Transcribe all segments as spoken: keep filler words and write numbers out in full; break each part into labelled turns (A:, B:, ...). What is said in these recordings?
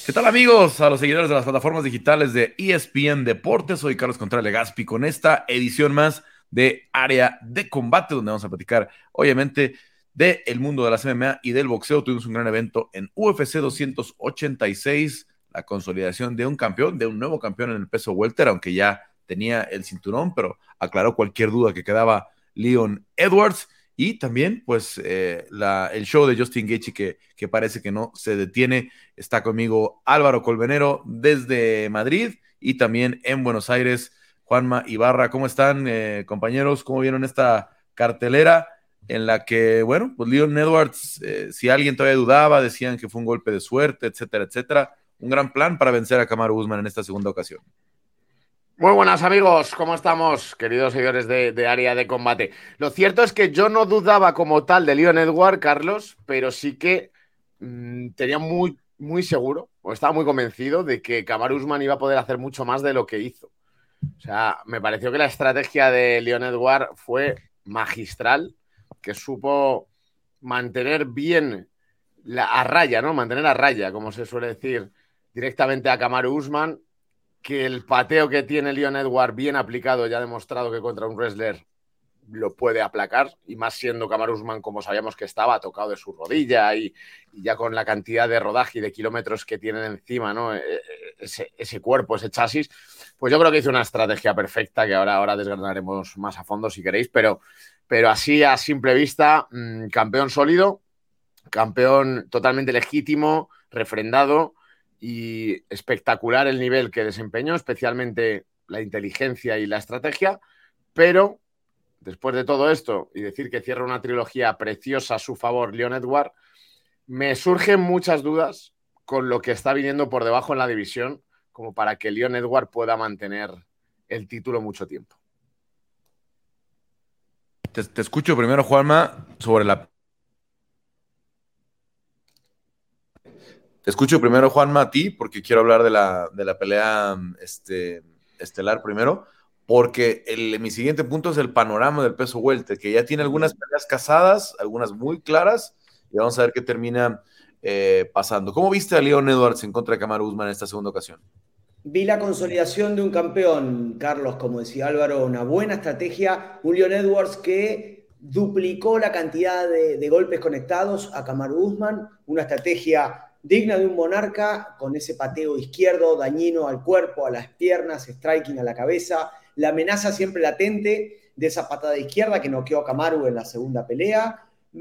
A: ¿Qué tal, amigos? A los seguidores de las plataformas digitales de E S P N Deportes, soy Carlos Contreras Legaspi con esta edición más de Área de Combate, donde vamos a platicar, obviamente, del mundo de las M M A y del boxeo. Tuvimos un gran evento en U F C doscientos ochenta y seis, la consolidación de un campeón, de un nuevo campeón en el peso welter, aunque ya tenía el cinturón, pero aclaró cualquier duda que quedaba Leon Edwards. Y también, pues, eh, la, el show de Justin Gaethje que, que parece que no se detiene. Está conmigo Álvaro Colmenero desde Madrid y también en Buenos Aires, Juanma Ibarra. ¿Cómo están, eh, compañeros? ¿Cómo vieron esta cartelera en la que, bueno, pues Leon Edwards, eh, si alguien todavía dudaba, decían que fue un golpe de suerte, etcétera, etcétera? Un gran plan para vencer a Kamaru Usman en esta segunda ocasión.
B: Muy buenas, amigos, ¿cómo estamos, queridos seguidores de, de Área de Combate? Lo cierto es que yo no dudaba como tal de Leon Edwards, Carlos, pero sí que mmm, tenía muy, muy seguro, o estaba muy convencido de que Kamaru Usman iba a poder hacer mucho más de lo que hizo. O sea, me pareció que la estrategia de Leon Edwards fue magistral, que supo mantener bien la, a raya, ¿no? Mantener a raya, como se suele decir, directamente a Kamaru Usman, que el pateo que tiene Leon Edwards bien aplicado ya ha demostrado que contra un wrestler lo puede aplacar, y más siendo Kamaru Usman como sabíamos que estaba, tocado de su rodilla y, y ya con la cantidad de rodaje y de kilómetros que tienen encima, ¿no? Ese, ese cuerpo, ese chasis, pues yo creo que hizo una estrategia perfecta que ahora, ahora desgranaremos más a fondo si queréis, pero, pero así a simple vista, mmm, campeón sólido, campeón totalmente legítimo, refrendado, y espectacular el nivel que desempeñó, especialmente la inteligencia y la estrategia, pero después de todo esto y decir que cierra una trilogía preciosa a su favor Leon Edwards, me surgen muchas dudas con lo que está viniendo por debajo en la división, como para que Leon Edwards pueda mantener el título mucho tiempo.
A: Te, te escucho primero, Juanma, sobre la Te escucho primero, Juanma, a ti, porque quiero hablar de la, de la pelea este, estelar primero, porque el, mi siguiente punto es el panorama del peso welter, que ya tiene algunas peleas casadas, algunas muy claras, y vamos a ver qué termina eh, pasando. ¿Cómo viste a Leon Edwards en contra de Kamaru Usman en esta segunda ocasión?
C: Vi la consolidación de un campeón, Carlos, como decía Álvaro, una buena estrategia. Un Leon Edwards que duplicó la cantidad de, de golpes conectados a Kamaru Usman. Una estrategia digna de un monarca, con ese pateo izquierdo dañino al cuerpo, a las piernas, striking a la cabeza. La amenaza siempre latente de esa patada izquierda que noqueó a Kamaru en la segunda pelea.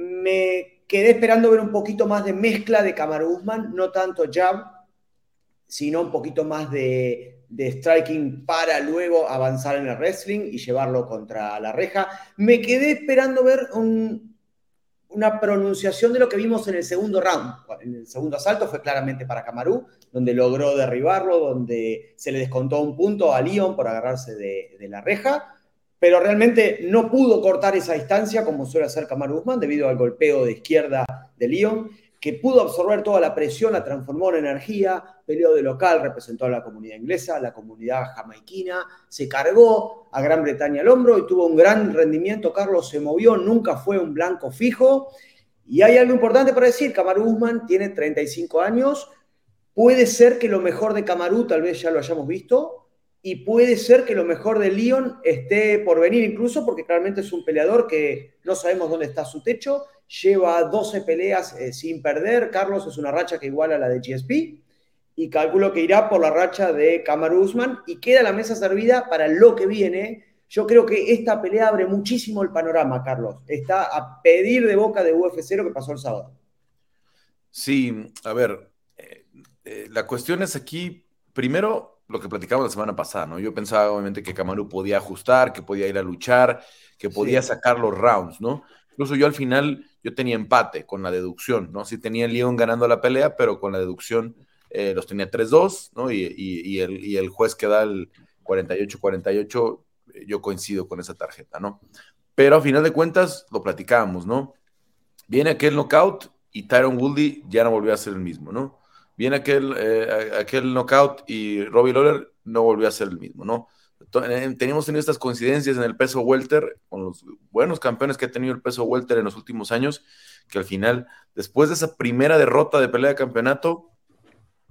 C: Me quedé esperando ver un poquito más de mezcla de Kamaru Usman, no tanto jab, sino un poquito más de, de striking para luego avanzar en el wrestling y llevarlo contra la reja. Me quedé esperando ver un, una pronunciación de lo que vimos en el segundo round. En el segundo asalto fue claramente para Kamaru, donde logró derribarlo, donde se le descontó un punto a Leon por agarrarse de, de la reja, pero realmente no pudo cortar esa distancia como suele hacer Kamaru Usman debido al golpeo de izquierda de Leon, que pudo absorber toda la presión, la transformó en energía, peleó de local, representó a la comunidad inglesa, a la comunidad jamaiquina, se cargó a Gran Bretaña al hombro y tuvo un gran rendimiento. Carlos se movió, nunca fue un blanco fijo. Y hay algo importante para decir: Kamaru Usman tiene treinta y cinco años, puede ser que lo mejor de Kamaru tal vez ya lo hayamos visto, y puede ser que lo mejor de Leon esté por venir incluso, porque claramente es un peleador que no sabemos dónde está su techo. Lleva doce peleas eh, sin perder. Carlos, es una racha que iguala a la de G S P, y calculo que irá por la racha de Kamaru Usman, y queda la mesa servida para lo que viene. Yo creo que esta pelea abre muchísimo el panorama, Carlos. Está a pedir de boca de U F C lo que pasó el sábado.
A: Sí, a ver, eh, eh, la cuestión es aquí, primero, lo que platicamos la semana pasada, ¿no? Yo pensaba, obviamente, que Kamaru podía ajustar, que podía ir a luchar, que podía
C: Sí.
A: sacar los rounds, ¿no? Incluso yo al final, yo tenía empate con la deducción, ¿no? Sí tenía Leon ganando la pelea, pero con la deducción eh, los tenía tres dos, ¿no? Y, y, y, el, y el juez que da el cuarenta y ocho cuarenta y ocho, yo coincido con esa tarjeta, ¿no? Pero a final de cuentas, lo platicábamos, ¿no? Viene aquel knockout y Tyron Woodley ya no volvió a ser el mismo, ¿no? Viene aquel, eh, aquel knockout y Robbie Lawler no volvió a ser el mismo, ¿no? Teníamos tenido estas coincidencias en el peso welter, con los buenos campeones que ha tenido el peso welter en los últimos años, que al final, después de esa primera derrota de pelea de campeonato,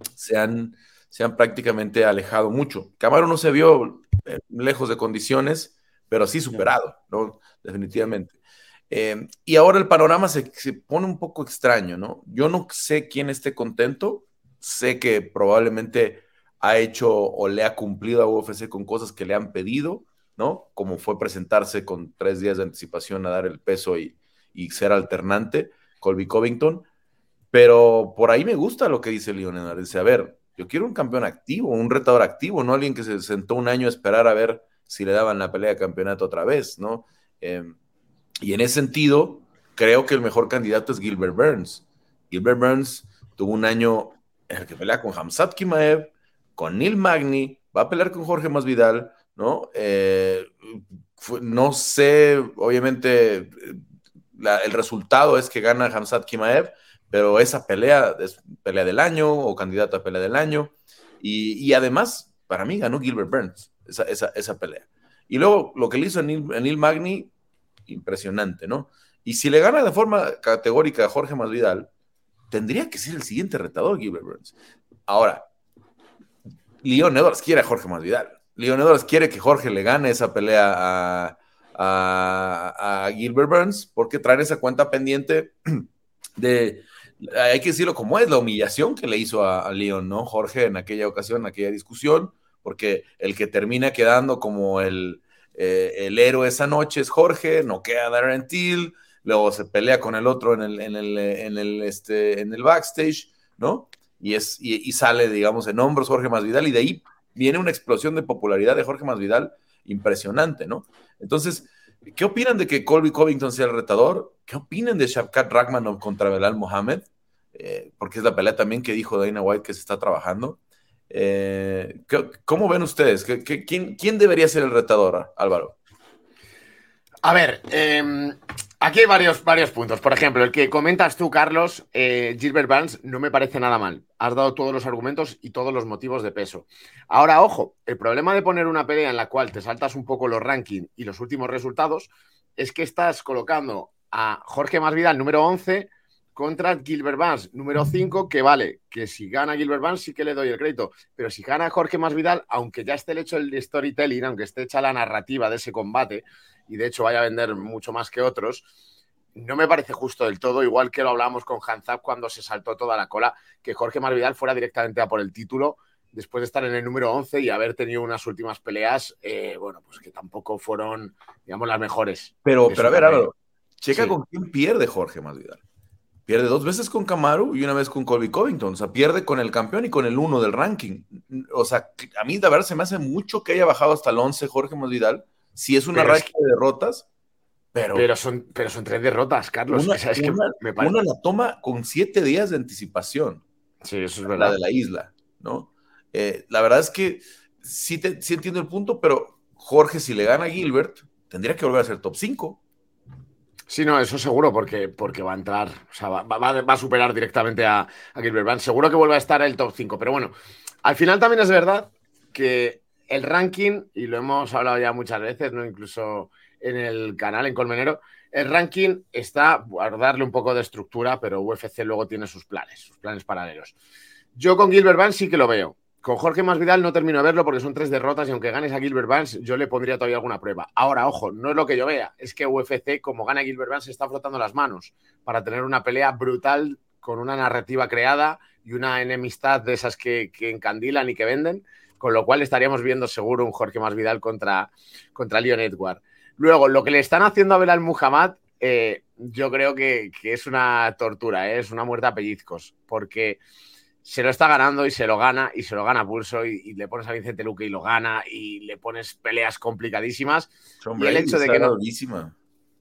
A: se han, se han prácticamente alejado mucho. Kamaru no se vio eh, lejos de condiciones, pero sí superado, ¿no? Definitivamente. Eh, y ahora el panorama se, se pone un poco extraño, ¿no? Yo no sé quién esté contento, sé que probablemente ha hecho o le ha cumplido a U F C con cosas que le han pedido, ¿no? Como fue presentarse con tres días de anticipación a dar el peso y, y ser alternante, Colby Covington, pero por ahí me gusta lo que dice Leonard, dice, a ver, yo quiero un campeón activo, un retador activo, no alguien que se sentó un año a esperar a ver si le daban la pelea de campeonato otra vez, ¿no? Eh, y en ese sentido, creo que el mejor candidato es Gilbert Burns. Gilbert Burns tuvo un año en el que pelea con Khamzat Chimaev, con Neil Magny, va a pelear con Jorge Masvidal, ¿no? Eh, fue, no sé, obviamente, la, el resultado es que gana Khamzat Chimaev, pero esa pelea es pelea del año o candidato a pelea del año. Y, y además, para mí, ganó Gilbert Burns esa, esa, esa pelea. Y luego, lo que le hizo a Neil, a Neil Magny, impresionante, ¿no? Y si le gana de forma categórica a Jorge Masvidal, tendría que ser el siguiente retador, Gilbert Burns. Ahora, Leon Edwards quiere a Jorge Masvidal. Leon Edwards quiere que Jorge le gane esa pelea a, a, a Gilbert Burns, porque traen esa cuenta pendiente de, hay que decirlo como es, la humillación que le hizo a, a Leon, ¿no? Jorge en aquella ocasión, en aquella discusión, porque el que termina quedando como el, eh, el héroe esa noche es Jorge, noquea a Darren Till, luego se pelea con el otro en el, en el, en el, este, en el backstage, ¿no? Y, es, y, y sale, digamos, en hombros Jorge Masvidal, y de ahí viene una explosión de popularidad de Jorge Masvidal impresionante, ¿no? Entonces, ¿qué opinan de que Colby Covington sea el retador? ¿Qué opinan de Shavkat Rakhmonov contra Belal Mohamed? Eh, porque es la pelea también que dijo Dana White que se está trabajando. Eh, ¿Cómo ven ustedes? ¿Qué, qué, quién, ¿Quién debería ser el retador, Álvaro?
B: A ver, eh, aquí hay varios, varios puntos. Por ejemplo, el que comentas tú, Carlos, eh, Gilbert Burns, no me parece nada mal. Has dado todos los argumentos y todos los motivos de peso. Ahora, ojo, el problema de poner una pelea en la cual te saltas un poco los rankings y los últimos resultados es que estás colocando a Jorge Masvidal, número once, contra Gilbert Burns, número cinco, que vale, que si gana Gilbert Burns sí que le doy el crédito, pero si gana Jorge Masvidal, aunque ya esté hecho el storytelling, aunque esté hecha la narrativa de ese combate, y de hecho vaya a vender mucho más que otros, no me parece justo del todo, igual que lo hablamos con Khamzat cuando se saltó toda la cola, que Jorge Masvidal fuera directamente a por el título después de estar en el número once y haber tenido unas últimas peleas, eh, bueno, pues que tampoco fueron, digamos, las mejores.
A: Pero, pero a ver, Álvaro, checa
B: sí.
A: con quién pierde Jorge Masvidal. Pierde dos veces con Kamaru y una vez con Colby Covington. O sea, pierde con el campeón y con el uno del ranking. O sea, a mí de verdad se me hace mucho que haya bajado hasta el once Jorge Masvidal. Si es una
B: pero
A: racha
B: es que,
A: de derrotas, pero...
B: Pero son, pero son tres derrotas, Carlos.
A: Una,
B: o sea, es que
A: una,
B: me parece...
A: una la toma con siete días de anticipación.
B: Sí, eso es verdad.
A: La de la isla, ¿no? Eh, la verdad es que sí, te, sí entiendo el punto, pero Jorge, si le gana a Gilbert, tendría que volver a ser top cinco.
B: Sí, no, eso seguro, porque, porque va a entrar, o sea, va, va, va a superar directamente a, a Gilbert Burns. Seguro que vuelve a estar en el top cinco, pero bueno, al final también es verdad que el ranking, y lo hemos hablado ya muchas veces, ¿no? Incluso en el canal, en Colmenero, el ranking está, a darle un poco de estructura, pero U F C luego tiene sus planes, sus planes paralelos. Yo con Gilbert Burns sí que lo veo. Con Jorge Masvidal no termino de verlo porque son tres derrotas y aunque ganes a Gilbert Burns, yo le pondría todavía alguna prueba. Ahora, ojo, no es lo que yo vea, es que U F C, como gana Gilbert Burns, se está frotando las manos para tener una pelea brutal con una narrativa creada y una enemistad de esas que, que encandilan y que venden, con lo cual estaríamos viendo seguro un Jorge Masvidal contra, contra Leon Edwards. Luego, lo que le están haciendo a Belal Muhammad, eh, yo creo que, que es una tortura, ¿eh? Es una muerte a pellizcos, porque... se lo está ganando y se lo gana y se lo gana a pulso y, y le pones a Vicente Luque y lo gana y le pones peleas complicadísimas.
A: Tom
B: y
A: Brady
B: el hecho de que no...
A: durísima.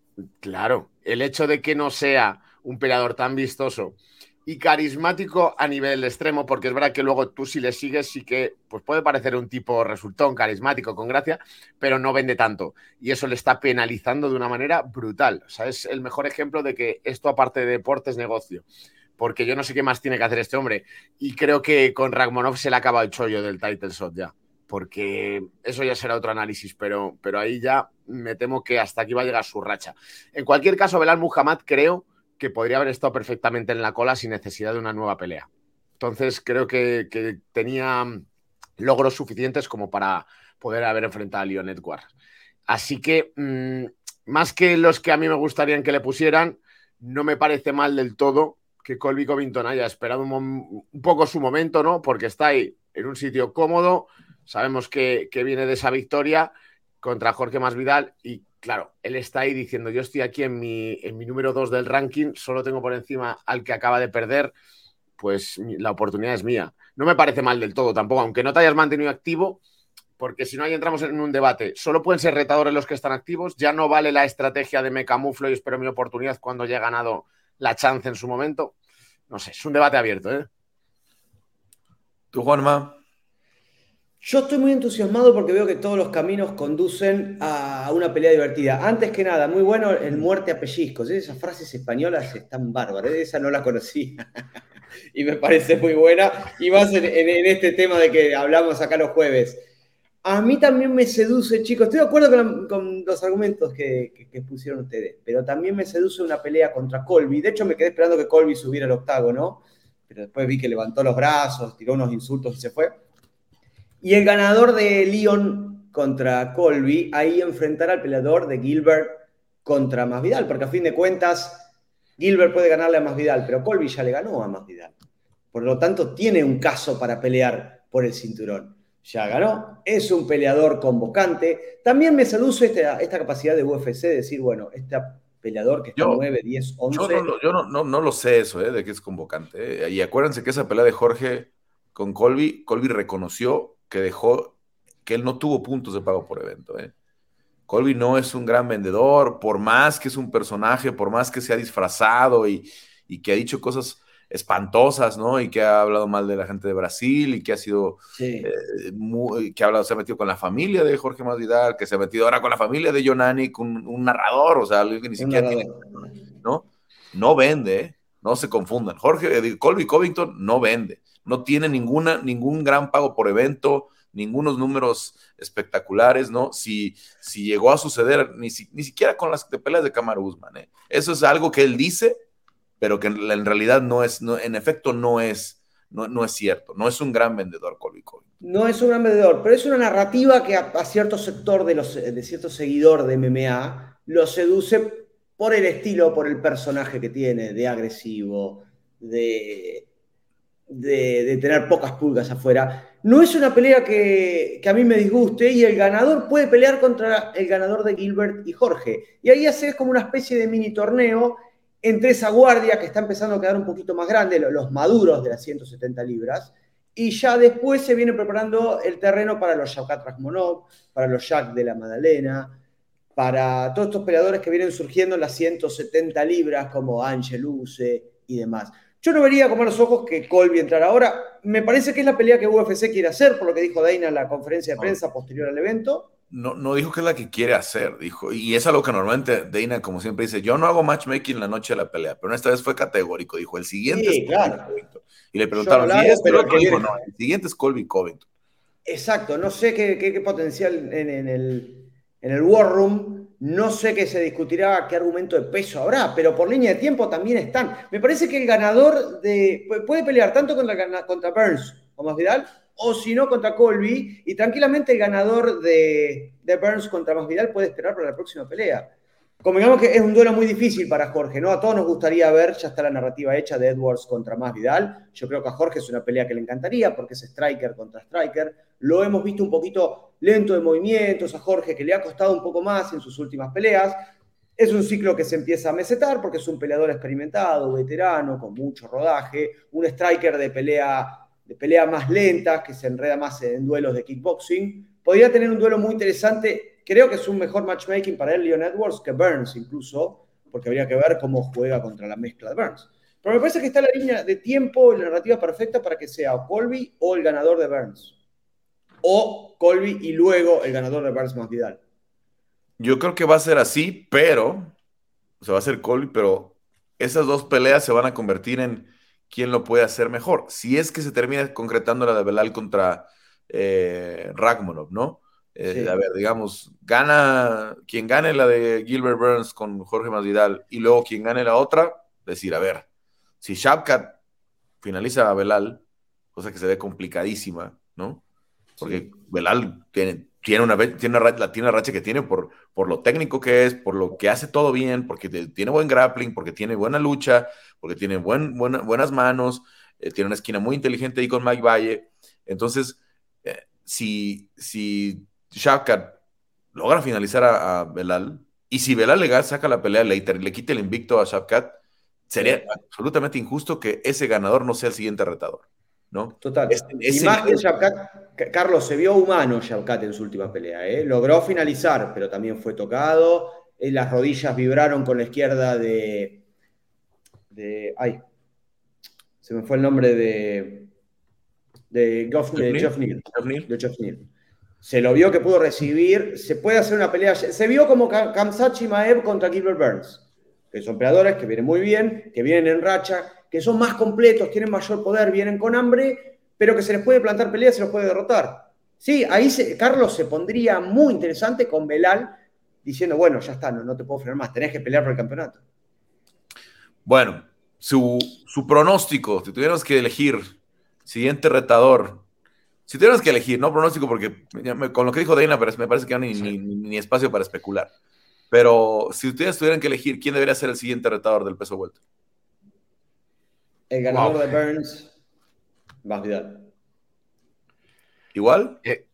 B: Claro, el hecho de que no sea un peleador tan vistoso y carismático a nivel extremo, porque es verdad que luego tú si le sigues sí que pues puede parecer un tipo resultón, carismático, con gracia, pero no vende tanto. Y eso le está penalizando de una manera brutal. O sea, es el mejor ejemplo de que esto, aparte de deporte, es negocio. Porque yo no sé qué más tiene que hacer este hombre. Y creo que con Rakhmonov se le acaba el chollo del title shot ya. Porque eso ya será otro análisis, pero, pero ahí ya me temo que hasta aquí va a llegar su racha. En cualquier caso, Belal Muhammad creo que podría haber estado perfectamente en la cola sin necesidad de una nueva pelea. Entonces creo que, que tenía logros suficientes como para poder haber enfrentado a Leon Edwards. Así que, mmm, más que los que a mí me gustaría que le pusieran, no me parece mal del todo que Colby Covington haya esperado un, un poco su momento, ¿no? Porque está ahí en un sitio cómodo, sabemos que, que viene de esa victoria contra Jorge Masvidal y claro, él está ahí diciendo yo estoy aquí en mi, en mi número dos del ranking, solo tengo por encima al que acaba de perder, pues la oportunidad es mía. No me parece mal del todo tampoco, aunque no te hayas mantenido activo, porque si no, ahí entramos en un debate. Solo pueden ser retadores los que están activos, ya no vale la estrategia de me camuflo y espero mi oportunidad cuando ya he ganado la chance en su momento. No sé, es un debate abierto, ¿eh?
A: ¿Tú, Juanma?
C: Yo estoy muy entusiasmado porque veo que todos los caminos conducen a una pelea divertida. Antes que nada, muy bueno el muerte a pellizcos. Esas frases españolas están bárbaras. Esa no la conocía. Y me parece muy buena. Y más en, en, en este tema de que hablamos acá los jueves. A mí también me seduce, chicos. Estoy de acuerdo con, con los argumentos que, que, que pusieron ustedes. Pero también me seduce una pelea contra Colby. De hecho, me quedé esperando que Colby subiera al octágono. Pero después vi que levantó los brazos, tiró unos insultos y se fue. Y el ganador de Leon contra Colby, ahí enfrentará al peleador de Gilbert contra Masvidal, porque a fin de cuentas, Gilbert puede ganarle a Masvidal, pero Colby ya le ganó a Masvidal. Por lo tanto, tiene un caso para pelear por el cinturón. Ya ganó, es un peleador convocante. También me seduce esta, esta capacidad de U F C de decir, bueno, este peleador que está
A: Yo,
C: nueve, diez, once.
A: yo, no, lo- yo no, no, no lo sé eso, ¿eh? De que es convocante. ¿Eh? Y acuérdense que esa pelea de Jorge con Colby, Colby reconoció que dejó, que él no tuvo puntos de pago por evento, ¿eh? Colby no es un gran vendedor, por más que es un personaje, por más que se ha disfrazado y, y que ha dicho cosas espantosas, ¿no? Y que ha hablado mal de la gente de Brasil y que ha sido,
C: Sí.
A: eh, muy, que ha hablado, se ha metido con la familia de Jorge Masvidal, que se ha metido ahora con la familia de Jon Anik, un, un narrador, o sea, alguien que ni
C: Un
A: siquiera tiene,
C: narrador.
A: ¿no? No vende, ¿eh? No se confundan. Jorge, eh, Colby Covington no vende, no tiene ninguna, ningún gran pago por evento, ningunos números espectaculares, ¿no? Si, si llegó a suceder, ni, si, ni siquiera con las de peleas de Kamaru Usman, ¿eh? Eso es algo que él dice, pero que en, en realidad no es, no, en efecto no es, no, no es cierto, no es un gran vendedor Colby Covington.
C: No es un gran vendedor, pero es una narrativa que a, a cierto sector de, los, de cierto seguidor de M M A lo seduce por el estilo, por el personaje que tiene, de agresivo, de, de, de tener pocas pulgas afuera. No es una pelea que, que a mí me disguste y el ganador puede pelear contra el ganador de Gilbert y Jorge. Y ahí haces como una especie de mini torneo entre esa guardia que está empezando a quedar un poquito más grande, los maduros de las ciento setenta libras, y ya después se viene preparando el terreno para los Shavkat Rakhmonov, para los Jack de la Madalena, para todos estos peleadores que vienen surgiendo en las ciento setenta libras, como Ángel Use y demás. Yo no vería con malos ojos que Colby entrara ahora. Me parece que es la pelea que U F C quiere hacer, por lo que dijo Dana en la conferencia de prensa posterior al evento.
A: No, no dijo que es la que quiere hacer, dijo, y es algo que normalmente Dana, como siempre, dice, yo no hago matchmaking la noche de la pelea, pero esta vez fue categórico, dijo, el siguiente
C: Sí,
A: es
C: claro.
A: Colby Covington. Y le preguntaron,
C: no
A: ¿y
C: hago,
A: este
C: pero
A: otro?
C: que
A: Dijo,
C: viene...
A: no, el siguiente es Colby Covington.
C: Exacto, no sé qué, qué, qué potencial en, en, el, en el War Room, no sé qué se discutirá, qué argumento de peso habrá, pero por línea de tiempo también están. Me parece que el ganador de, puede pelear tanto contra, contra Burns o Masvidal, o si no contra Colby, y tranquilamente el ganador de, de Burns contra Masvidal puede esperar para la próxima pelea. Convengamos que es un duelo muy difícil para Jorge, ¿no? A todos nos gustaría ver, ya está la narrativa hecha de Edwards contra Masvidal. Yo creo que a Jorge es una pelea que le encantaría porque es striker contra striker. Lo hemos visto un poquito lento de movimientos a Jorge, que le ha costado un poco más en sus últimas peleas. Es un ciclo que se empieza a mesetar porque es un peleador experimentado, veterano, con mucho rodaje, un striker de pelea, de pelea más lenta, que se enreda más en duelos de kickboxing. Podría tener un duelo muy interesante. Creo que es un mejor matchmaking para él, Leon Edwards, que Burns incluso, porque habría que ver cómo juega contra la mezcla de Burns. Pero me parece que está la línea de tiempo y la narrativa perfecta para que sea Colby o el ganador de Burns. O Colby y luego el ganador de Burns Masvidal.
A: Yo creo que va a ser así, pero, o sea, va a ser Colby, pero esas dos peleas se van a convertir en quién lo puede hacer mejor. Si es que se termina concretando la de Belal contra eh, Rakhmonov, ¿no? Eh, sí. A ver, digamos, gana, quien gane la de Gilbert Burns con Jorge Masvidal y luego quien gane la otra, decir, a ver, si Shavkat finaliza a Belal, cosa que se ve complicadísima, ¿no? Porque sí. Belal tiene, tiene, una, tiene, una, la, tiene una racha que tiene por, por lo técnico que es, por lo que hace todo bien, porque tiene buen grappling, porque tiene buena lucha, porque tiene buen, buena, buenas manos, eh, tiene una esquina muy inteligente ahí con Mike Valle. Entonces, eh, si, si Shavkat logra finalizar a, a Belal, y si Belal le saca la pelea later, le quita el invicto a Shavkat, sería sí. absolutamente injusto que ese ganador no sea el siguiente retador, ¿no?
C: Total. Este, y más nivel... que Shavkat, Carlos, se vio humano Shavkat en su última pelea, ¿eh? Logró finalizar, pero también fue tocado, eh, las rodillas vibraron con la izquierda de, de ay, se me fue el nombre de de Geoff Neal. De Geoff Neal. Se lo vio que pudo recibir, se puede hacer una pelea, se vio como Khamzat Chimaev contra Gilbert Burns, que son peleadores que vienen muy bien, que vienen en racha, que son más completos, tienen mayor poder, vienen con hambre, pero que se les puede plantar peleas y se los puede derrotar. Sí, ahí se, Carlos se pondría muy interesante con Belal, diciendo, bueno, ya está, no, no te puedo frenar más, tenés que pelear por el campeonato.
A: Bueno, su, su pronóstico, si tuviéramos que elegir siguiente retador, si tuviéramos que elegir, no pronóstico, porque con lo que dijo Dana, me parece que no hay ni, ni, ni espacio para especular. Pero si ustedes tuvieran que elegir, ¿quién debería ser el siguiente retador del peso welter?
C: El ganador wow. de Burns, Masvidal.
A: ¿Igual?
B: Eh,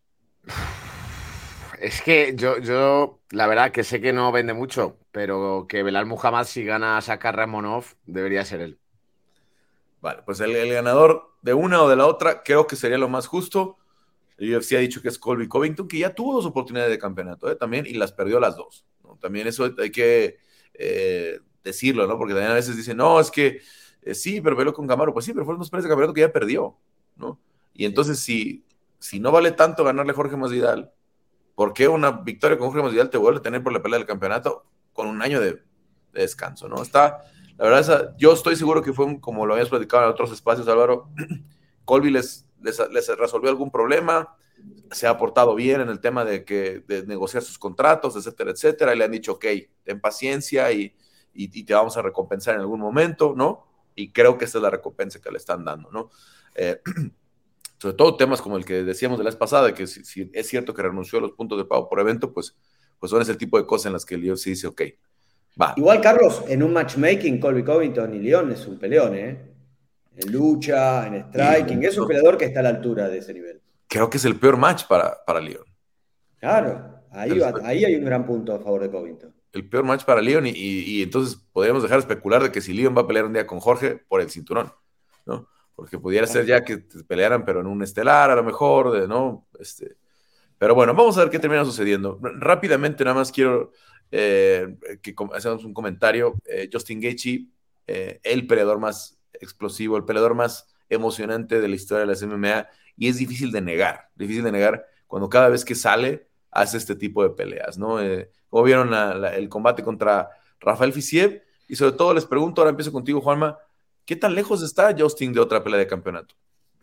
B: es que yo, yo, la verdad que sé que no vende mucho, pero que Belal Muhammad, si gana a Shakar Ramonov, debería ser él.
A: Vale, pues el, el ganador de una o de la otra creo que sería lo más justo. El U F C ha dicho que es Colby Covington, que ya tuvo dos oportunidades de campeonato, ¿eh? También, y las perdió las dos, ¿no? También eso hay que eh, decirlo, ¿no? Porque también a veces dicen, no, es que eh, sí, pero peleó con Kamaru. Pues sí, pero fueron dos peleas de campeonato que ya perdió, ¿no? Y entonces, si, si no vale tanto ganarle a Jorge Masvidal, ¿por qué una victoria con Jorge Masvidal te vuelve a tener por la pelea del campeonato con un año de, de descanso, ¿no? Está, la verdad, esa, yo estoy seguro que fue, un, como lo habíamos platicado en otros espacios, Álvaro, Colby les, les, les resolvió algún problema, se ha portado bien en el tema de, que, de negociar sus contratos, etcétera, etcétera, y le han dicho, ok, ten paciencia y, y, y te vamos a recompensar en algún momento, ¿no? Y creo que esta es la recompensa que le están dando, ¿no? Eh, sobre todo temas como el que decíamos de la vez pasada, que si, si es cierto que renunció a los puntos de pago por evento, pues, pues son ese tipo de cosas en las que el U F C dice, ok, va.
C: Igual, Carlos, en un matchmaking, Colby Covington y León es un peleón, ¿eh? En lucha, en striking, y, es un peleador que está a la altura de ese nivel.
A: Creo que es el peor match para, para León.
C: Claro, ahí, va, ahí hay un gran punto a favor de Covington.
A: El peor match para León, y, y, y entonces podríamos dejar de especular de que si León va a pelear un día con Jorge por el cinturón, ¿no? Porque pudiera ser ya que pelearan, pero en un estelar a lo mejor, de, ¿no? Este, pero bueno, vamos a ver qué termina sucediendo. Rápidamente, nada más quiero eh, que hagamos un comentario. Eh, Justin Gaethje, eh, el peleador más explosivo, el peleador más emocionante de la historia de las M M A, y es difícil de negar, difícil de negar cuando cada vez que sale hace este tipo de peleas, ¿no? Eh, como vieron la, la, el combate contra Rafael Fiziev, y sobre todo les pregunto, ahora empiezo contigo, Juanma, ¿qué tan lejos está Justin de otra pelea de campeonato?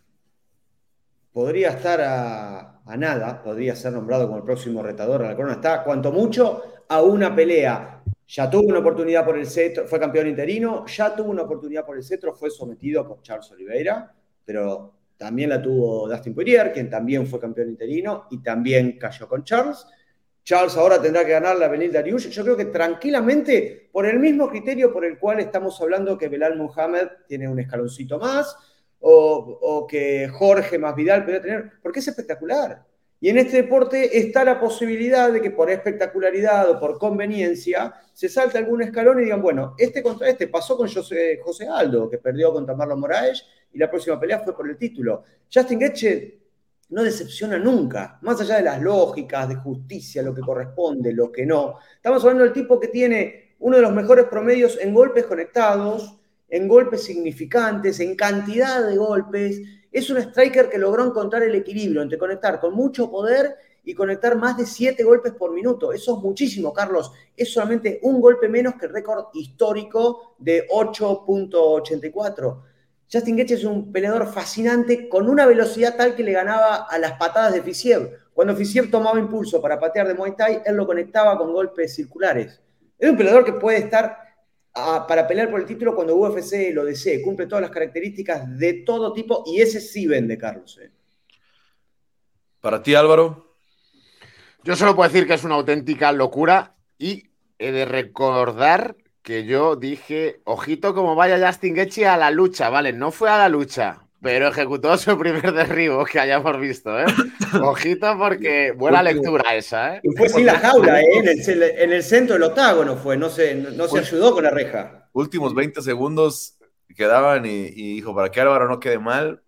C: Podría estar a, a nada, podría ser nombrado como el próximo retador a la corona. Está, cuanto mucho, a una pelea. Ya tuvo una oportunidad por el cetro, fue campeón interino, ya tuvo una oportunidad por el cetro, fue sometido por Charles Oliveira, pero también la tuvo Dustin Poirier, quien también fue campeón interino y también cayó con Charles. Charles ahora tendrá que ganar la Beneil Dariush. Yo creo que tranquilamente, por el mismo criterio por el cual estamos hablando que Belal Muhammad tiene un escaloncito más, o, o que Jorge Masvidal podría tener, porque es espectacular. Y en este deporte está la posibilidad de que por espectacularidad o por conveniencia se salte algún escalón y digan, bueno, este contra este pasó con José, José Aldo, que perdió contra Marlon Moraes y la próxima pelea fue por el título. Justin Gaethje no decepciona nunca, más allá de las lógicas, de justicia, lo que corresponde, lo que no. Estamos hablando del tipo que tiene uno de los mejores promedios en golpes conectados, en golpes significantes, en cantidad de golpes. Es un striker que logró encontrar el equilibrio entre conectar con mucho poder y conectar más de siete golpes por minuto. Eso es muchísimo, Carlos. Es solamente un golpe menos que el récord histórico de ocho punto ochenta y cuatro. Justin Gaethje es un peleador fascinante con una velocidad tal que le ganaba a las patadas de Fiziev. Cuando Fiziev tomaba impulso para patear de Muay Thai, él lo conectaba con golpes circulares. Es un peleador que puede estar a, para pelear por el título cuando U F C lo desee. Cumple todas las características de todo tipo y ese sí vende, Carlos. ¿eh?
A: Para ti, Álvaro.
B: Yo solo puedo decir que es una auténtica locura y he de recordar que yo dije, ojito como vaya Justin Gaethje a la lucha, ¿vale? No fue a la lucha, pero ejecutó su primer derribo que hayamos visto, ¿eh? Ojito porque buena lectura esa, ¿eh?
C: Y fue sin la jaula, ¿eh? En el, en el centro del octágono fue, no se, no se ayudó con la reja.
A: Últimos veinte segundos quedaban y, y dijo, para que Álvaro no quede mal.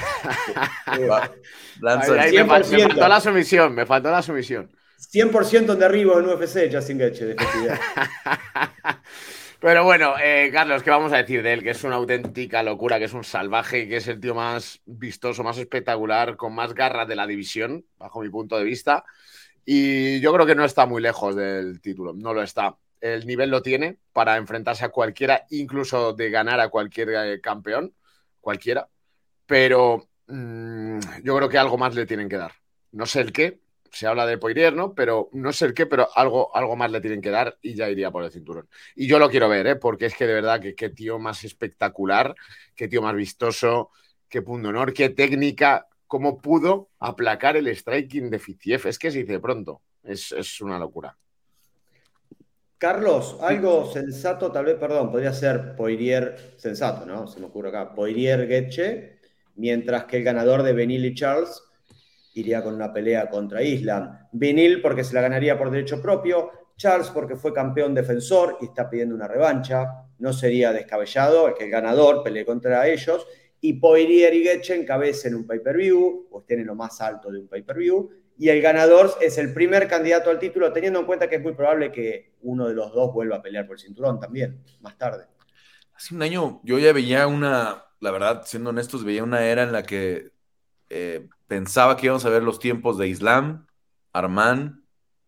B: Lanza ahí, ahí me, me faltó la sumisión, me faltó la sumisión.
C: cien por ciento en derribo en U F C, Justin Gaethje, de efectividad.
B: Pero bueno, eh, Carlos, ¿qué vamos a decir de él? Que es una auténtica locura, que es un salvaje, que es el tío más vistoso, más espectacular, con más garras de la división, bajo mi punto de vista. Y yo creo que no está muy lejos del título, no lo está. El nivel lo tiene para enfrentarse a cualquiera, incluso de ganar a cualquier eh, campeón, cualquiera. Pero mmm, yo creo que algo más le tienen que dar. No sé el qué. Se habla de Poirier, ¿no? Pero no sé el qué, pero algo, algo más le tienen que dar y ya iría por el cinturón. Y yo lo quiero ver, ¿eh? Porque es que de verdad que qué tío más espectacular, qué tío más vistoso, qué punto honor, qué técnica, cómo pudo aplacar el striking de Fiziev. Es que se dice pronto, es, es una locura.
C: Carlos, algo sensato, tal vez, perdón, podría ser Poirier, sensato, ¿no? Se me ocurre acá, Poirier Gaethje, mientras que el ganador de Beneil y Charles iría con una pelea contra Islam. Beneil porque se la ganaría por derecho propio, Charles porque fue campeón defensor y está pidiendo una revancha. No sería descabellado que el ganador pelee contra ellos y Poirier y Gaethje encabecen un pay-per-view o estén en lo más alto de un pay-per-view y el ganador es el primer candidato al título, teniendo en cuenta que es muy probable que uno de los dos vuelva a pelear por el cinturón también, más tarde.
A: Hace un año yo ya veía una, la verdad, siendo honestos, veía una era en la que Eh, pensaba que íbamos a ver los tiempos de Islam, Arman,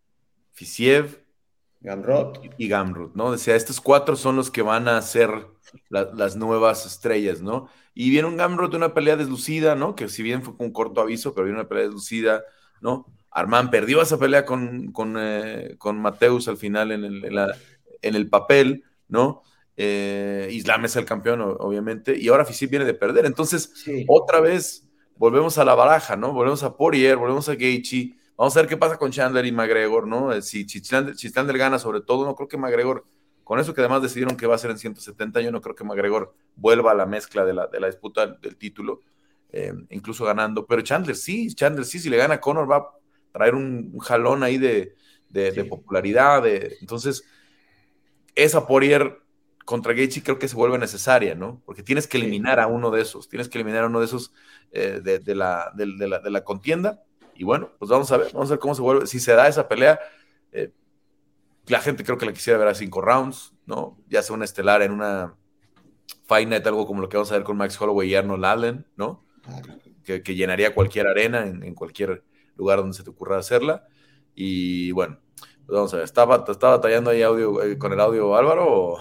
A: Fiziev
C: Gamrot.
A: y, y Gamrot, ¿no? Decía, estos cuatro son los que van a ser la, las nuevas estrellas, ¿no? Y viene un Gamrot de una pelea deslucida, ¿no? Que si bien fue con un corto aviso, pero viene una pelea deslucida, ¿no? Arman perdió esa pelea con, con, eh, con Mateus al final en el, en la, en el papel, ¿no? Eh, Islam es el campeón, obviamente, y ahora Fiziev viene de perder. Entonces, sí. otra vez volvemos a la baraja, ¿no? Volvemos a Poirier, volvemos a Gaethje. Vamos a ver qué pasa con Chandler y McGregor, ¿no? Si, si, Chandler, si Chandler gana, sobre todo, no creo que McGregor, con eso que además decidieron que va a ser en ciento setenta, yo no creo que McGregor vuelva a la mezcla de la, de la disputa del título, eh, incluso ganando. Pero Chandler sí, Chandler sí, si le gana a Conor va a traer un, un jalón ahí de, de, sí. de popularidad. De, entonces, esa Poirier contra Gaethje creo que se vuelve necesaria, ¿no? Porque tienes que eliminar a uno de esos, tienes que eliminar a uno de esos eh, de, de, la, de, de, la, de la contienda, y bueno, pues vamos a ver, vamos a ver cómo se vuelve, si se da esa pelea, eh, la gente creo que la quisiera ver a cinco rounds, ¿no? Ya sea una estelar en una Fight Night, algo como lo que vamos a ver con Max Holloway y Arnold Allen, ¿no? Que, que llenaría cualquier arena en, en cualquier lugar donde se te ocurra hacerla, y bueno, pues vamos a ver, ¿está, está batallando ahí audio, eh, con el audio Álvaro o...?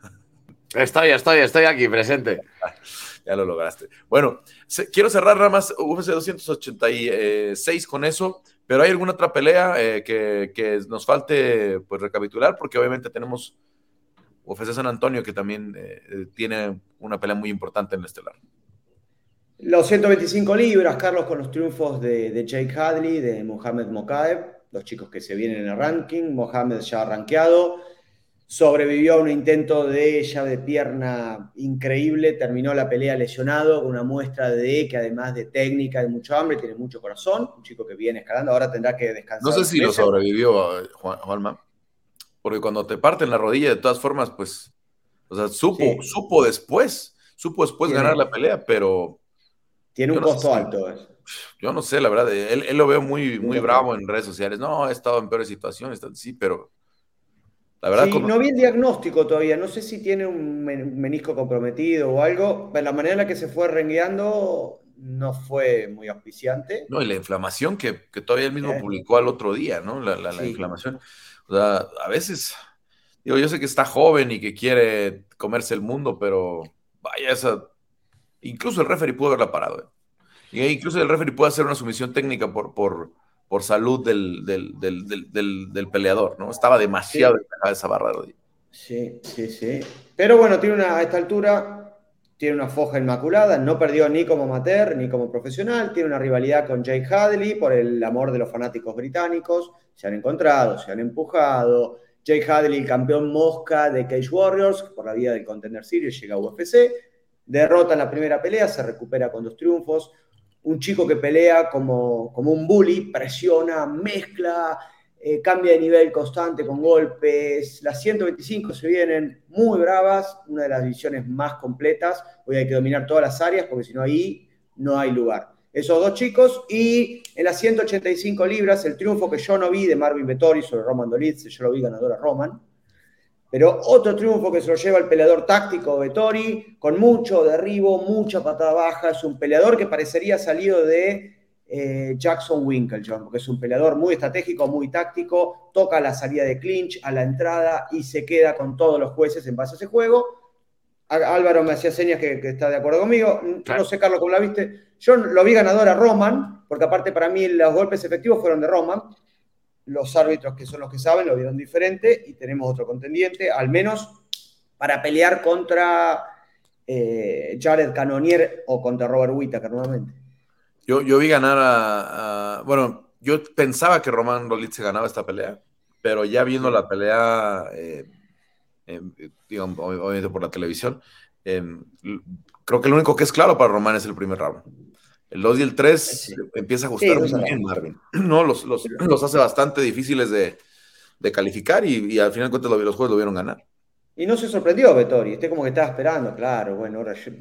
B: Estoy, estoy, estoy aquí presente.
A: Ya lo lograste. Bueno, se, quiero cerrar nada más U F C doscientos ochenta y seis con eso, pero ¿hay alguna otra pelea eh, que, que nos falte pues recapitular? Porque obviamente tenemos U F C San Antonio que también eh, tiene una pelea muy importante en el estelar.
C: Los ciento veinticinco libras, Carlos, con los triunfos de, de Jake Hadley, de Mohamed Mokaev, los chicos que se vienen en el ranking, Mohamed ya rankeado. Sobrevivió a un intento de llave de pierna increíble, terminó la pelea lesionado con una muestra de que además de técnica y mucho hambre, tiene mucho corazón, un chico que viene escalando, ahora tendrá que descansar.
A: No sé si lo sobrevivió, Juan, Juanma, porque cuando te parten la rodilla, de todas formas, pues, o sea, supo, sí. supo después, supo después tiene, ganar la pelea, pero...
C: Tiene un
A: no
C: costo
A: sé,
C: alto eso.
A: Yo no sé, la verdad, él, él lo veo muy, muy bravo en redes sociales, no, he estado en peores situaciones, sí, pero...
C: La verdad, sí, como... no vi el diagnóstico todavía, no sé si tiene un menisco comprometido o algo, pero la manera en la que se fue rengueando no fue muy auspiciante.
A: No, y la inflamación que, que todavía él mismo ¿Eh? publicó al otro día, ¿no? La, la, sí. la inflamación. O sea, a veces, digo, yo sé que está joven y que quiere comerse el mundo, pero vaya, esa... Incluso el referee pudo haberla parado, ¿eh? Y incluso el referee puede hacer una sumisión técnica por... por por salud del, del, del, del, del, del peleador, ¿no? Estaba demasiado sí. despejada esa barra de rodilla.
C: Sí, sí, sí. Pero bueno, tiene una, a esta altura, tiene una foja inmaculada, no perdió ni como amateur ni como profesional, tiene una rivalidad con Jake Hadley por el amor de los fanáticos británicos, se han encontrado, se han empujado. Jake Hadley, el campeón mosca de Cage Warriors, por la vía del Contender Series, llega a U F C, derrota en la primera pelea, se recupera con dos triunfos. Un chico que pelea como, como un bully, presiona, mezcla, eh, cambia de nivel constante con golpes. Las ciento veinticinco se vienen muy bravas, una de las divisiones más completas. Hoy hay que dominar todas las áreas porque si no ahí no hay lugar. Esos dos chicos. Y en las ciento ochenta y cinco libras, el triunfo que yo no vi de Marvin Vettori sobre Roman Dolidze, yo lo vi ganador a Roman. Pero otro triunfo que se lo lleva el peleador táctico Vettori, con mucho derribo, mucha patada baja. Es un peleador que parecería salido de eh, Jackson Winklejohn, porque es un peleador muy estratégico, muy táctico, toca la salida de clinch, a la entrada y se queda con todos los jueces en base a ese juego. Álvaro me hacía señas que, que está de acuerdo conmigo. No sé, Carlos, ¿cómo la viste? Yo lo vi ganador a Roman, porque aparte para mí los golpes efectivos fueron de Roman. Los árbitros, que son los que saben, lo vieron diferente y tenemos otro contendiente, al menos para pelear contra eh, Jared Cannonier o contra Robert Whittaker nuevamente.
A: Yo, yo vi ganar a, a... Bueno, yo pensaba que Roman Dolidze ganaba esta pelea, pero ya viendo la pelea, eh, eh, digamos, obviamente por la televisión, eh, creo que lo único que es claro para Roman es el primer round. El dos y el tres sí. Empieza a ajustar sí, muy bien Marvin, ¿no? Los, los, los hace bastante difíciles de, de calificar y, y al final de cuentas los, los juegos lo vieron ganar.
C: Y no se sorprendió Vettori, este como que estaba esperando, claro, bueno, ahora yo...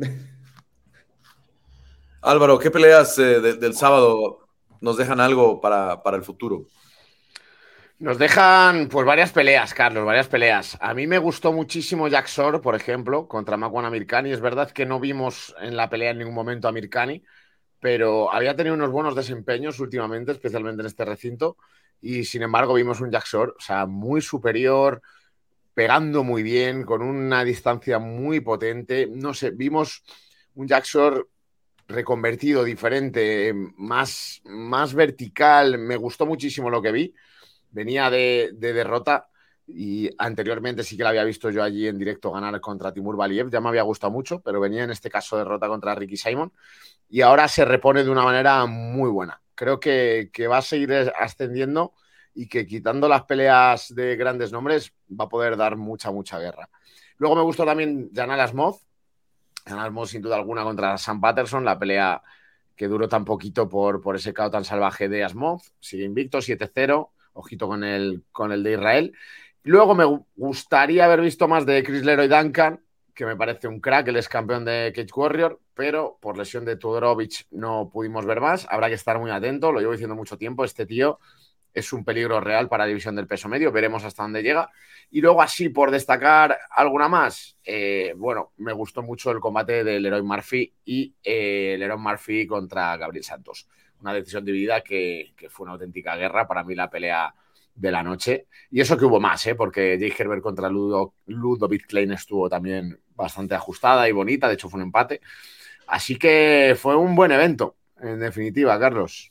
A: Álvaro, ¿qué peleas eh, de, del sábado nos dejan algo para, para el futuro?
B: Nos dejan pues varias peleas, Carlos, varias peleas. A mí me gustó muchísimo Jack Shore, por ejemplo, contra Makwan Amirkhani. Es verdad que no vimos en la pelea en ningún momento a Amirkhani, pero había tenido unos buenos desempeños últimamente, especialmente en este recinto, y sin embargo vimos un Jack Shore, o sea, muy superior, pegando muy bien, con una distancia muy potente. No sé, vimos un Jack Shore reconvertido, diferente, más, más vertical. Me gustó muchísimo lo que vi. Venía de, de derrota y anteriormente sí que la había visto yo allí en directo ganar contra Timur Valiev, ya me había gustado mucho, pero venía en este caso derrota contra Ricky Simon y ahora se repone de una manera muy buena. Creo que, que va a seguir ascendiendo y que quitando las peleas de grandes nombres va a poder dar mucha, mucha guerra. Luego me gustó también Yanal Asmoth, Yanal Asmoth sin duda alguna contra Sam Patterson, la pelea que duró tan poquito por, por ese caos tan salvaje de Asmoth, sigue invicto, siete cero. Ojito con el, con el de Israel. Luego me gustaría haber visto más de Chris Leroy Duncan, que me parece un crack, él es campeón de Cage Warrior, pero por lesión de Tudorovic no pudimos ver más. Habrá que estar muy atento, lo llevo diciendo mucho tiempo, este tío es un peligro real para la división del peso medio, veremos hasta dónde llega. Y luego así, por destacar alguna más, eh, bueno, me gustó mucho el combate de Leroy Murphy y eh, Leroy Murphy contra Gabriel Santos. Una decisión dividida que, que fue una auténtica guerra, para mí la pelea de la noche. Y eso que hubo más, ¿eh? Porque Jake Herbert contra Ludo, Ludovic Klein estuvo también bastante ajustada y bonita, de hecho fue un empate. Así que fue un buen evento, en definitiva, Carlos.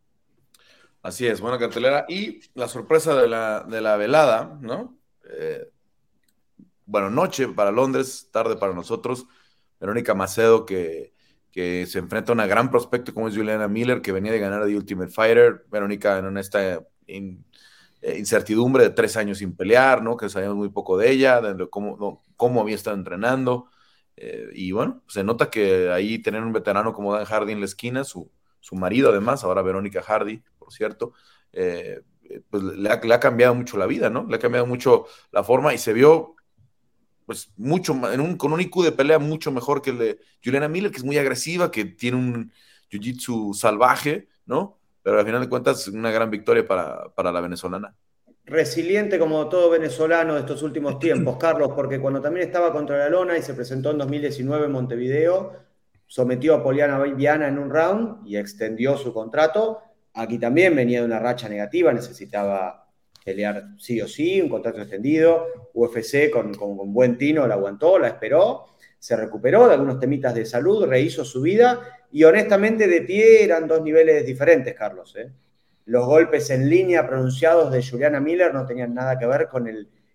A: Así es, buena cartelera. Y la sorpresa de la, de la velada, ¿no? Eh, bueno, noche para Londres, tarde para nosotros. Verónica Macedo, que... que se enfrenta a una gran prospecto como es Juliana Miller, que venía de ganar a The Ultimate Fighter. Verónica en esta in, eh, incertidumbre de tres años sin pelear, ¿no? Que sabíamos muy poco de ella, de cómo, no, cómo había estado entrenando. Eh, y bueno, se nota que ahí tener un veterano como Dan Hardy en la esquina, su, su marido además, ahora Verónica Hardy, por cierto, eh, pues le ha, le ha cambiado mucho la vida, ¿no? Le ha cambiado mucho la forma y se vio pues mucho, en un, con un I Q de pelea mucho mejor que el de Juliana Miller, que es muy agresiva, que tiene un jiu-jitsu salvaje, ¿no? Pero al final de cuentas, una gran victoria para, para la venezolana.
C: Resiliente como todo venezolano de estos últimos tiempos, Carlos, porque cuando también estaba contra la lona y se presentó en dos mil diecinueve en Montevideo, sometió a Poliana Viana en un round y extendió su contrato. Aquí también venía de una racha negativa, necesitaba pelear sí o sí, un contrato extendido. U F C con, con, con buen tino la aguantó, la esperó, se recuperó de algunos temitas de salud, rehizo su vida y honestamente de pie eran dos niveles diferentes, Carlos. ¿eh? Los golpes en línea pronunciados de Juliana Miller no tenían nada que ver con el,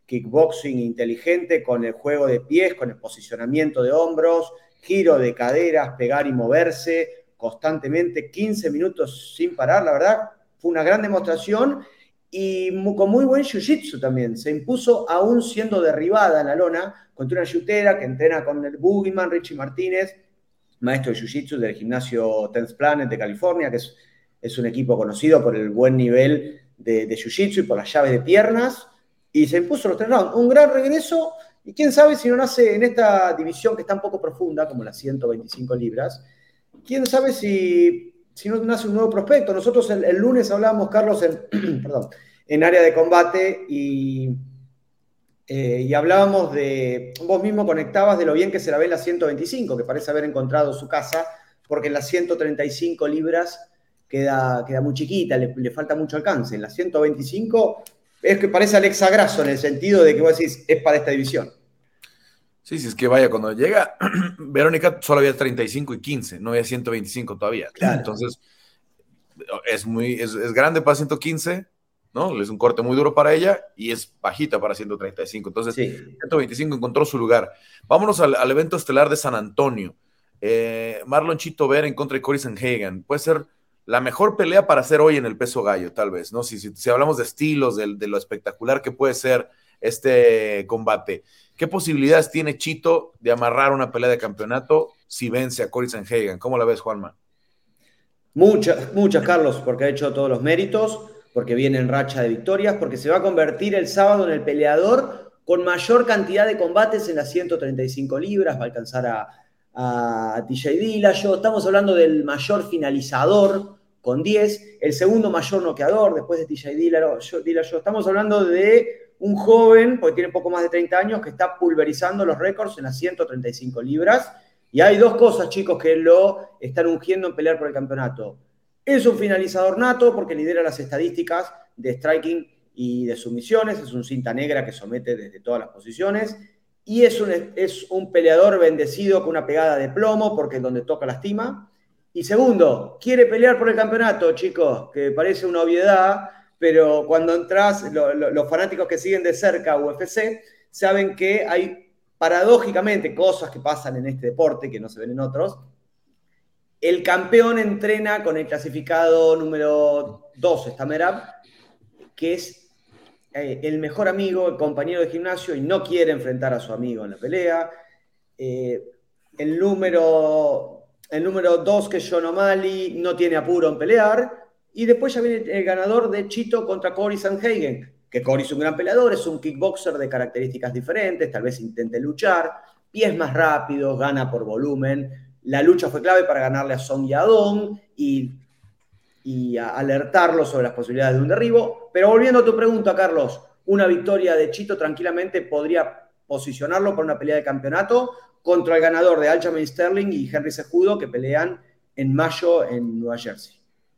C: kickboxing inteligente con el juego de pies, con el posicionamiento de hombros, giro de caderas, pegar y moverse constantemente, quince minutos sin parar, la verdad, fue una gran demostración y con muy buen jiu-jitsu también. Se impuso aún siendo derribada en la lona contra una yutera que entrena con el Boogeyman, Richie Martínez, maestro de jiu-jitsu del gimnasio tenth Planet de California, que es, es un equipo conocido por el buen nivel de, de jiu-jitsu y por las llaves de piernas, y se impuso los tres rounds. Un gran regreso, y quién sabe si no nace en esta división que está un poco profunda, como las ciento veinticinco libras, quién sabe si, si no nace un nuevo prospecto. Nosotros el, el lunes hablábamos, Carlos, en, perdón, en área de combate, y, eh, y hablábamos de, vos mismo conectabas de lo bien que se la ve en las ciento veinticinco, que parece haber encontrado su casa, porque en las ciento treinta y cinco libras queda, queda muy chiquita, le, le falta mucho alcance. En las ciento veinticinco es que parece Alexa Grasso en el sentido de que vos decís, es para esta división.
A: Sí, sí, es que vaya, cuando llega Verónica solo había treinta y cinco y quince, no había ciento veinticinco todavía. Claro. Entonces, es, muy, es, es grande para ciento quince, ¿no? Es un corte muy duro para ella y es bajita para ciento treinta y cinco. Entonces, sí. ciento veinticinco encontró su lugar. Vámonos al, al evento estelar de San Antonio. Eh, Marlon Chito Vera en contra de Cory Sandhagen. Puede ser la mejor pelea para hacer hoy en el peso gallo, tal vez, ¿no? Si, si, si hablamos de estilos, de, de lo espectacular que puede ser este combate. ¿Qué posibilidades tiene Chito de amarrar una pelea de campeonato si vence a Cory Sandhagen? ¿Cómo la ves, Juanma?
C: Muchas, muchas, Carlos, porque ha hecho todos los méritos, porque viene en racha de victorias, porque se va a convertir el sábado en el peleador con mayor cantidad de combates en las ciento treinta y cinco libras, va a alcanzar a, a T J Dillashaw. Estamos hablando del mayor finalizador con diez, el segundo mayor noqueador después de T J Dillashaw. Estamos hablando de un joven, porque tiene poco más de treinta años, que está pulverizando los récords en las ciento treinta y cinco libras. Y hay dos cosas, chicos, que lo están ungiendo en pelear por el campeonato. Es un finalizador nato porque lidera las estadísticas de striking y de sumisiones. Es un cinta negra que somete desde todas las posiciones. Y es un, es un peleador bendecido con una pegada de plomo porque donde toca lastima. Y segundo, quiere pelear por el campeonato, chicos, que parece una obviedad, pero cuando entras, lo, lo, los fanáticos que siguen de cerca U F C saben que hay paradójicamente cosas que pasan en este deporte que no se ven en otros. El campeón entrena con el clasificado número dos, está Merab, que es eh, el mejor amigo, el compañero de gimnasio, y no quiere enfrentar a su amigo en la pelea. Eh, el número el número dos, que es Sean O'Malley, no tiene apuro en pelear. Y después ya viene el ganador de Chito contra Cory Sandhagen, que Cory es un gran peleador, es un kickboxer de características diferentes, tal vez intente luchar, pies más rápidos, gana por volumen. La lucha fue clave para ganarle a Song Yadong y, y a alertarlo sobre las posibilidades de un derribo. Pero volviendo a tu pregunta, Carlos, una victoria de Chito tranquilamente podría posicionarlo para una pelea de campeonato contra el ganador de Aljamain Sterling y Henry Cejudo, que pelean en mayo en Nueva Jersey.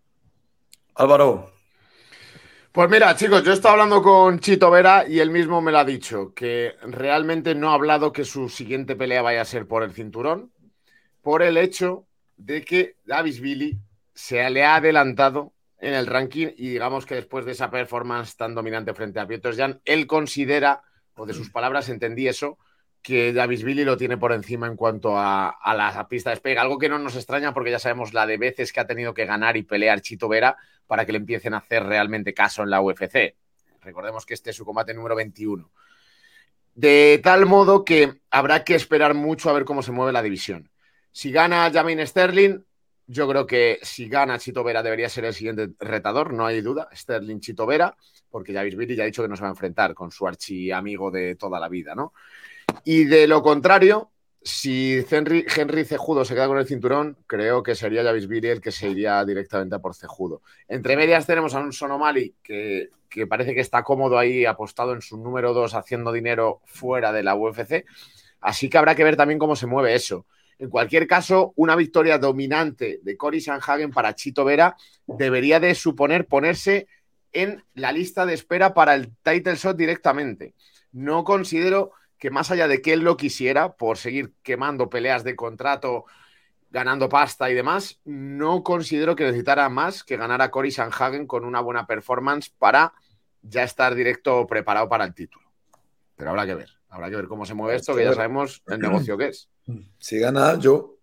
A: Álvaro.
B: Pues mira, chicos, yo he estado hablando con Chito Vera y él mismo me lo ha dicho, que realmente no ha hablado que su siguiente pelea vaya a ser por el cinturón, por el hecho de que Dvalishvili se le ha adelantado en el ranking y digamos que después de esa performance tan dominante frente a Petr Yan, él considera, o de sus palabras entendí eso, que Dvalishvili lo tiene por encima en cuanto a, a la pista de despegue, algo que no nos extraña porque ya sabemos la de veces que ha tenido que ganar y pelear Chito Vera para que le empiecen a hacer realmente caso en la U F C. Recordemos que este es su combate número veintiuno. De tal modo que habrá que esperar mucho a ver cómo se mueve la división. Si gana Aljamain Sterling, yo creo que si gana Chito Vera debería ser el siguiente retador, no hay duda, Sterling Chito Vera, porque Dvalishvili ya ha dicho que no se va a enfrentar con su archiamigo de toda la vida, ¿no? Y de lo contrario, si Henry, Henry Cejudo se queda con el cinturón, creo que sería Dvalishvili el que se iría directamente a por Cejudo. Entre medias tenemos a un Sean O'Malley que, que parece que está cómodo ahí, apostado en su número dos, haciendo dinero fuera de la U F C. Así que habrá que ver también cómo se mueve eso. En cualquier caso, una victoria dominante de Cory Sandhagen para Chito Vera debería de suponer ponerse en la lista de espera para el title shot directamente. No considero que más allá de que él lo quisiera, por seguir quemando peleas de contrato, ganando pasta y demás, no considero que necesitara más que ganar a Cory Sandhagen con una buena performance para ya estar directo preparado para el título. pero habrá que ver. Habrá que ver cómo se mueve esto, que ya sabemos el negocio que es.
A: Si gana Aljo,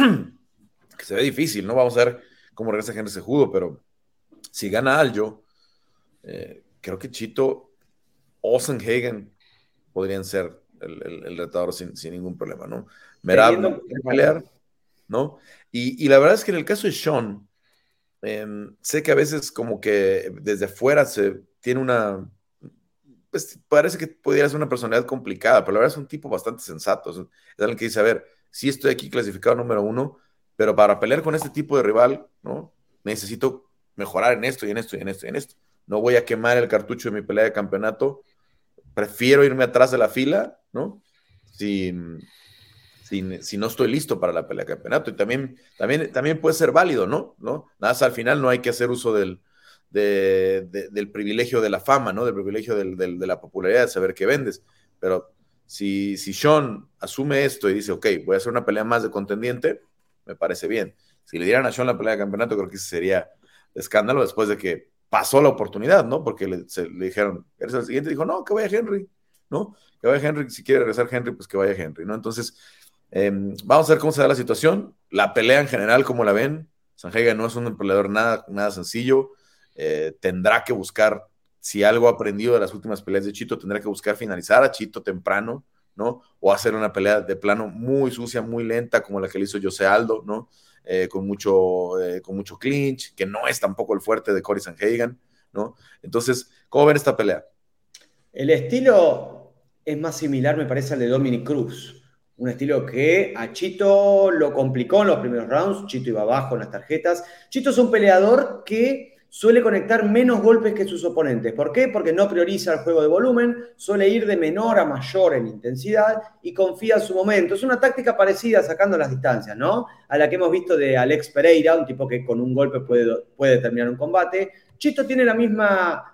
A: que se ve difícil, ¿no? Vamos a ver cómo regresa Henry Cejudo, pero si gana Aljo, eh, creo que Chito o Sanhagen podrían ser el, el, el retador sin, sin ningún problema, ¿no? Merab no quiere pelear, ¿no? Y, y la verdad es que en el caso de Sean, eh, sé que a veces como que desde afuera se tiene una... Pues parece que pudiera ser una personalidad complicada, pero la verdad es un tipo bastante sensato. Es, es alguien que dice, a ver, sí estoy aquí clasificado número uno, pero para pelear con este tipo de rival, ¿no? Necesito mejorar en esto y en esto y en esto y en esto. No voy a quemar el cartucho de mi pelea de campeonato. Prefiero irme atrás de la fila, ¿no? Si, si, si no estoy listo para la pelea de campeonato. Y también, también, también puede ser válido, ¿no? ¿no? Nada más al final no hay que hacer uso del, de, de, del privilegio de la fama, ¿no? Del privilegio del, del, de la popularidad, de saber qué vendes. Pero si, si Sean asume esto y dice, ok, voy a hacer una pelea más de contendiente, me parece bien. Si le dieran a Sean la pelea de campeonato, creo que ese sería escándalo después de que pasó la oportunidad, ¿no? Porque le, se, le dijeron, ¿eres el siguiente? Dijo, no, que vaya Henry, ¿no? Que vaya Henry, si quiere regresar Henry, pues que vaya Henry, ¿no? Entonces, eh, vamos a ver cómo se da la situación. La pelea en general, ¿cómo la ven? Sanhagen no es un peleador nada, nada sencillo. Eh, tendrá que buscar, si algo ha aprendido de las últimas peleas de Chito, tendrá que buscar finalizar a Chito temprano, ¿no? O hacer una pelea de plano muy sucia, muy lenta, como la que le hizo José Aldo, ¿no? Eh, con, mucho, eh, con mucho clinch, que no es tampoco el fuerte de Cory Sanhagen, ¿no? Entonces, ¿cómo ven esta pelea?
C: El estilo es más similar, me parece, al de Dominick Cruz. Un estilo que a Chito lo complicó en los primeros rounds. Chito iba abajo en las tarjetas. Chito es un peleador que suele conectar menos golpes que sus oponentes. ¿Por qué? Porque no prioriza el juego de volumen, suele ir de menor a mayor en intensidad y confía en su momento. Es una táctica parecida, sacando las distancias, ¿no? A la que hemos visto de Alex Pereira, un tipo que con un golpe puede, puede terminar un combate. Chito tiene la misma...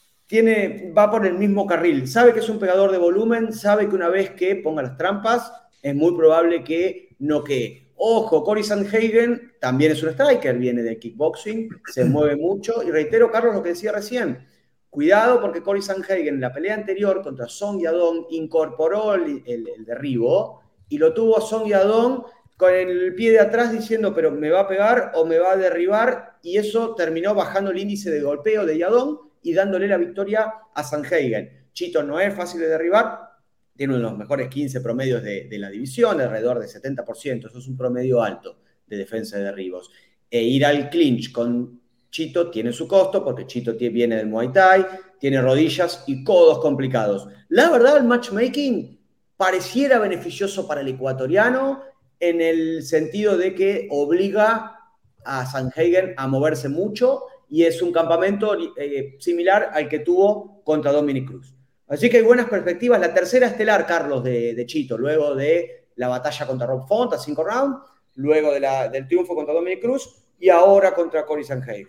C: Tiene, va por el mismo carril, sabe que es un pegador de volumen, sabe que una vez que ponga las trampas, es muy probable que noquee. Ojo, Cory Sanhagen también es un striker, viene del kickboxing, se mueve mucho, y reitero, Carlos, lo que decía recién, cuidado porque Cory Sanhagen en la pelea anterior contra Song Yadong incorporó el, el, el derribo, y lo tuvo Song Yadong con el pie de atrás diciendo, pero me va a pegar o me va a derribar, y eso terminó bajando el índice de golpeo de Yadong, y dándole la victoria a Sanhagen. Chito no es fácil de derribar, tiene uno de los mejores quince promedios de, de la división, alrededor de setenta por ciento, eso es un promedio alto de defensa de derribos. E ir al clinch con Chito tiene su costo, porque Chito viene del Muay Thai, tiene rodillas y codos complicados. La verdad, el matchmaking pareciera beneficioso para el ecuatoriano, en el sentido de que obliga a Sanhagen a moverse mucho, y es un campamento eh, similar al que tuvo contra Dominick Cruz. Así que hay buenas perspectivas. La tercera estelar, Carlos, de, de Chito, luego de la batalla contra Rob Font a cinco rounds, luego de la, del triunfo contra Dominick Cruz y ahora contra Cory Sanhagen.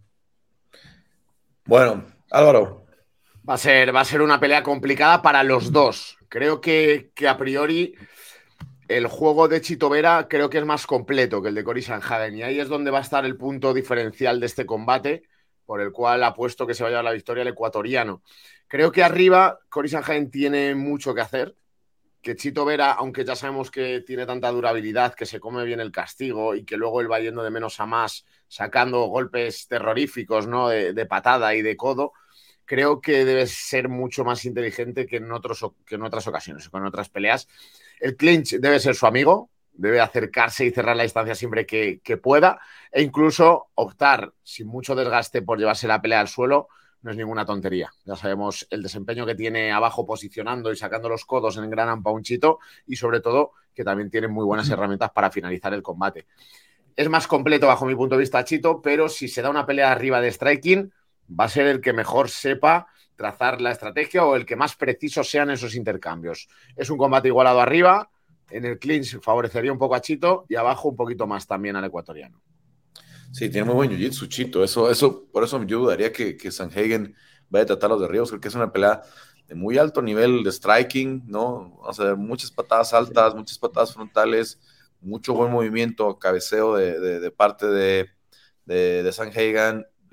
A: Bueno, Álvaro.
B: Va a ser, va a ser una pelea complicada para los dos. Creo que, que a priori el juego de Chito Vera creo que es más completo que el de Cory Sanhagen, y ahí es donde va a estar el punto diferencial de este combate, por el cual apuesto que se va a llevar la victoria el ecuatoriano. Creo que arriba Cory Sanhagen tiene mucho que hacer, que Chito Vera, aunque ya sabemos que tiene tanta durabilidad, que se come bien el castigo y que luego él va yendo de menos a más, sacando golpes terroríficos, ¿no? de, de patada y de codo, creo que debe ser mucho más inteligente que en, otros, que en otras ocasiones, con otras peleas. El clinch debe ser su amigo, debe acercarse y cerrar la distancia siempre que, que pueda, e incluso optar sin mucho desgaste por llevarse la pelea al suelo no es ninguna tontería. Ya sabemos el desempeño que tiene abajo posicionando y sacando los codos en Gran Pauchito, y sobre todo que también tiene muy buenas herramientas para finalizar el combate. Es más completo bajo mi punto de vista Chito, pero si se da una pelea arriba de striking, va a ser el que mejor sepa trazar la estrategia o el que más preciso sean esos intercambios. Es un combate igualado arriba, en el clinch favorecería un poco a Chito y abajo un poquito más también al ecuatoriano.
A: Sí, tiene muy buen jiu-jitsu Chito, eso, eso, por eso yo dudaría que, que Sanhagen vaya a tratar los derribos, creo que es una pelea de muy alto nivel de striking, ¿no? Vamos a ver muchas patadas altas, sí. muchas patadas frontales, mucho buen movimiento, cabeceo de, de, de parte de, de, de Sanhagen.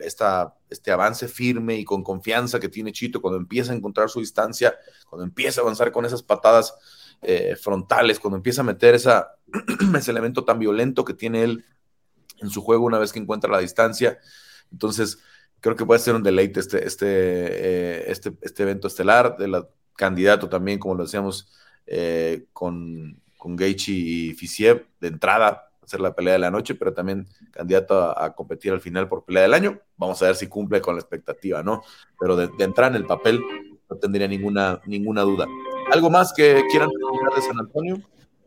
A: esta, este avance firme y con confianza que tiene Chito, cuando empieza a encontrar su distancia, cuando empieza a avanzar con esas patadas eh, frontales, cuando empieza a meter esa, ese elemento tan violento que tiene él en su juego una vez que encuentra la distancia. Entonces, creo que puede ser un deleite este, este, eh, este, este evento estelar, de la candidato también, como lo decíamos, eh, con, con Gaethje y Fiziev, de entrada, hacer la pelea de la noche, pero también candidato a, a competir al final por pelea del año. Vamos a ver si cumple con la expectativa, ¿no? Pero de, de entrar en el papel no tendría ninguna, ninguna duda. ¿Algo más que quieran comentar de San Antonio?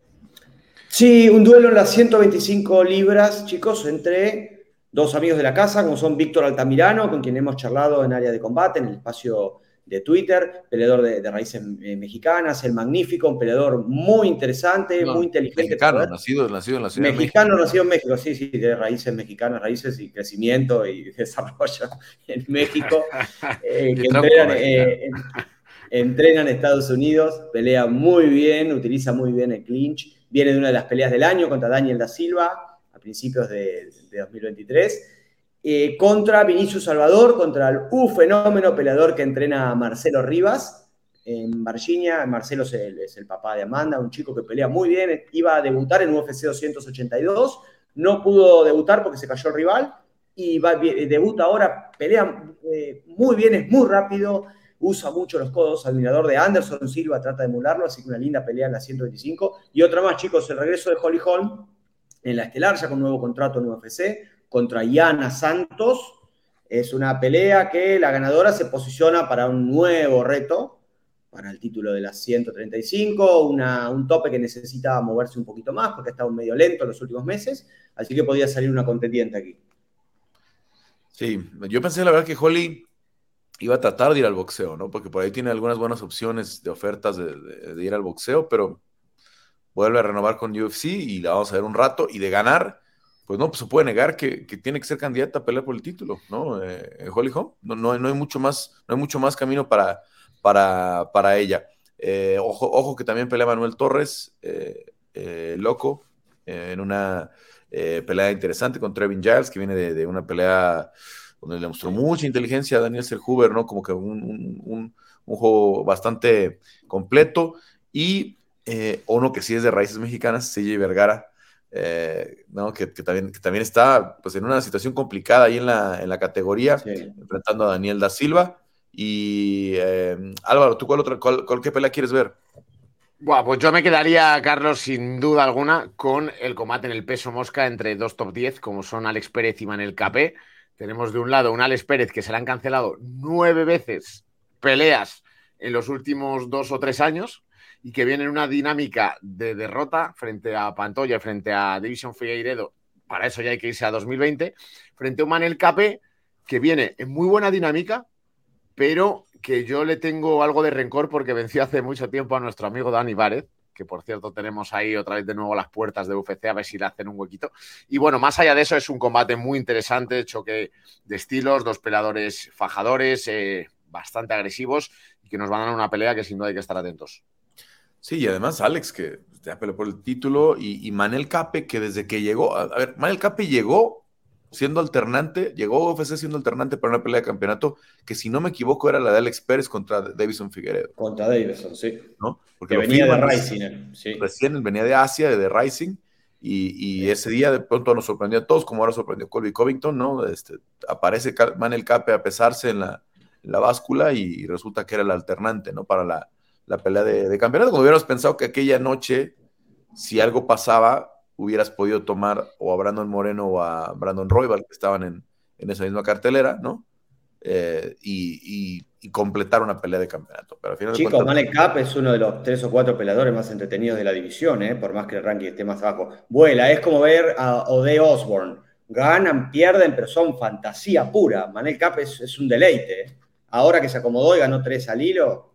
C: Sí, un duelo en las ciento veinticinco libras, chicos, entre dos amigos de la casa, como son Víctor Altamirano, con quien hemos charlado en área de combate, en el espacio de Twitter, peleador de, de raíces eh, mexicanas, el Magnífico, un peleador muy interesante, no, muy inteligente.
A: Mexicano, nacido, nacido en la ciudad
C: Mexicano,
A: de México.
C: nacido en México, sí, sí, de raíces mexicanas, raíces y crecimiento y desarrollo en México, eh, que entrenan, eh, en, entrenan en Estados Unidos, pelea muy bien, utiliza muy bien el clinch, viene de una de las peleas del año contra Daniel da Silva, a principios de, de dos mil veintitrés, eh, contra Vinicius Salvador, contra el U fenómeno peleador que entrena a Marcelo Rivas, en Virginia. Marcelo es el, es el papá de Amanda, un chico que pelea muy bien, iba a debutar en U F C doscientos ochenta y dos, no pudo debutar porque se cayó el rival, y va, debuta ahora, pelea eh, muy bien, es muy rápido, usa mucho los codos, admirador de Anderson Silva, trata de emularlo, así que una linda pelea en la ciento veinticinco. Y otra más, chicos, el regreso de Holly Holm en la estelar, ya con nuevo contrato en U F C, contra Yana Santos. Es una pelea que la ganadora se posiciona para un nuevo reto, para el título de las ciento treinta y cinco, una, un tope que necesita moverse un poquito más, porque ha estado medio lento en los últimos meses, así que podía salir una contendiente aquí.
A: Sí, yo pensé la verdad que Holly iba a tratar de ir al boxeo, ¿no? Porque por ahí tiene algunas buenas opciones de ofertas de, de, de ir al boxeo, pero vuelve a renovar con U F C y la vamos a ver un rato, y de ganar, pues no pues se puede negar que, que tiene que ser candidata a pelear por el título, ¿no? Eh, Holly Holm, no, no, no hay mucho más, no hay mucho más camino para, para, para ella. Eh, ojo, ojo que también pelea Manuel Torres, eh, eh, loco, eh, en una eh, pelea interesante con Trevin Giles, que viene de, de una pelea donde le mostró mucha inteligencia a Daniel Selhuber, ¿no? Como que un, un, un, un juego bastante completo, y eh, uno que sí es de raíces mexicanas, C J Vergara, eh, ¿no? que, que, también, que también está pues, en una situación complicada ahí en la, en la categoría, sí, enfrentando a Daniel da Silva. Y eh, Álvaro, ¿tú cuál, otra, cuál, cuál qué pelea quieres ver?
B: Buah, pues yo me quedaría, Carlos, sin duda alguna, con el combate en el peso mosca entre dos top diez, como son Alex Pérez y Manel Capé. Tenemos de un lado un Alex Pérez que se le han cancelado nueve veces peleas en los últimos dos o tres años y que viene en una dinámica de derrota frente a Pantoja, frente a Davison Figueiredo. Para eso ya hay que irse a dos mil veinte. Frente a un Manel Capé que viene en muy buena dinámica, pero que yo le tengo algo de rencor porque venció hace mucho tiempo a nuestro amigo Dani Várez, que por cierto tenemos ahí otra vez de nuevo las puertas de U F C, a ver si le hacen un huequito. Y bueno, más allá de eso, es un combate muy interesante, choque de estilos, dos peleadores fajadores, eh, bastante agresivos, y que nos van a dar una pelea que sin duda hay que estar atentos.
A: Sí, y además Alex, que ya peleó por el título, y, y Manel Capé, que desde que llegó, a, a ver, Manel Capé llegó siendo alternante, llegó a U F C siendo alternante para una pelea de campeonato, que si no me equivoco era la de Alex Pérez contra Davison Figueiredo.
C: Contra Davison, sí.
A: ¿No? Porque
C: que venía de Rising, ¿eh? Sí.
A: Recién venía de Asia, de, de Rising, y, y sí. Ese día de pronto nos sorprendió a todos, como ahora sorprendió Colby Covington, ¿no? Este, aparece Manel Capé a pesarse en la, en la báscula y resulta que era el alternante, ¿no? Para la, la pelea de, de campeonato. Como hubiéramos pensado que aquella noche, si algo pasaba, hubieras podido tomar o a Brandon Moreno o a Brandon Royval, que estaban en, en esa misma cartelera, ¿no? Eh, y, y, y completar una pelea de campeonato. Pero al final
C: Chicos, cuentas... Manel Capé es uno de los tres o cuatro peleadores más entretenidos de la división, ¿eh? Por más que el ranking esté más abajo. Vuela, es como ver a Ode Osborne. Ganan, pierden, pero son fantasía pura. Manel Capé es, es un deleite, ¿eh? Ahora que se acomodó y ganó tres al hilo,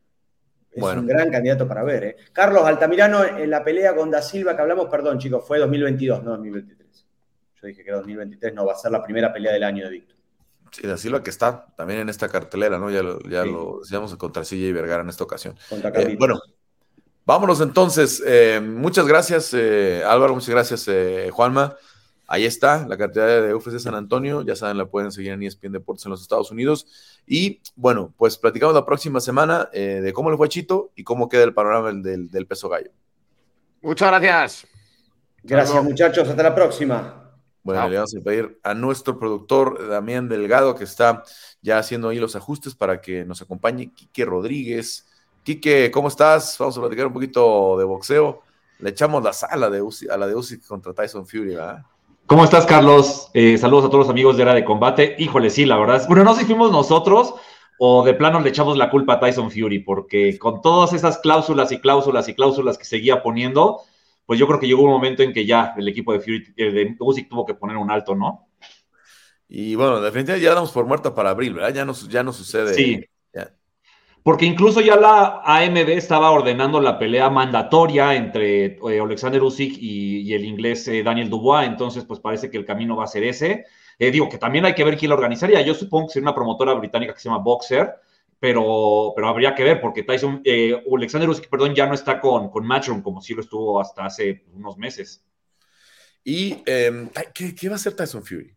C: es bueno. Un gran candidato para ver, ¿eh? Carlos Altamirano en la pelea con Da Silva que hablamos, perdón, chicos, fue dos mil veintidós, no dos mil veintitrés. Yo dije que dos mil veintitrés no va a ser la primera pelea del año de Víctor.
A: Sí, Da Silva que está también en esta cartelera, ¿no? Ya lo, ya sí. lo decíamos contra C J Vergara en esta ocasión. Eh, bueno, vámonos entonces. Eh, muchas gracias, eh, Álvaro, muchas gracias, eh, Juanma. ahí está la cartelera de U F C San Antonio, ya saben, la pueden seguir en E S P N Deportes en los Estados Unidos. Y bueno, pues platicamos la próxima semana eh, de cómo le fue a Chito y cómo queda el panorama del, del, del peso gallo.
B: Muchas gracias.
C: Gracias, Chao. Muchachos, hasta la próxima.
A: Bueno, Chao. Le vamos a pedir a nuestro productor Damián Delgado, que está ya haciendo ahí los ajustes para que nos acompañe Quique Rodríguez. Quique, ¿cómo estás? Vamos a platicar un poquito de boxeo. Le echamos la sala de Uzi, a la de Usyk contra Tyson Fury, ¿verdad?
D: ¿Cómo estás, Carlos? Eh, saludos a todos los amigos de Era de Combate. Híjole, sí, la verdad. Bueno, no sé si fuimos nosotros o de plano le echamos la culpa a Tyson Fury, porque con todas esas cláusulas y cláusulas y cláusulas que seguía poniendo, pues yo creo que llegó un momento en que ya el equipo de Fury, eh, de Usyk tuvo que poner un alto, ¿no?
A: Y bueno, definitivamente ya damos por muerta para abril, ¿verdad? Ya no, ya no sucede.
D: Sí.
A: Ya.
D: Porque incluso ya la A M B estaba ordenando la pelea mandatoria entre eh, Alexander Usyk y, y el inglés eh, Daniel Dubois, entonces pues parece que el camino va a ser ese. Eh, digo que también hay que ver quién lo organizaría. Yo supongo que sería una promotora británica que se llama Boxer, pero, pero habría que ver porque Tyson, eh, Alexander Usyk, perdón, ya no está con, con Matchroom como sí lo estuvo hasta hace unos meses.
A: ¿Y eh, ¿qué, qué va a hacer Tyson Fury?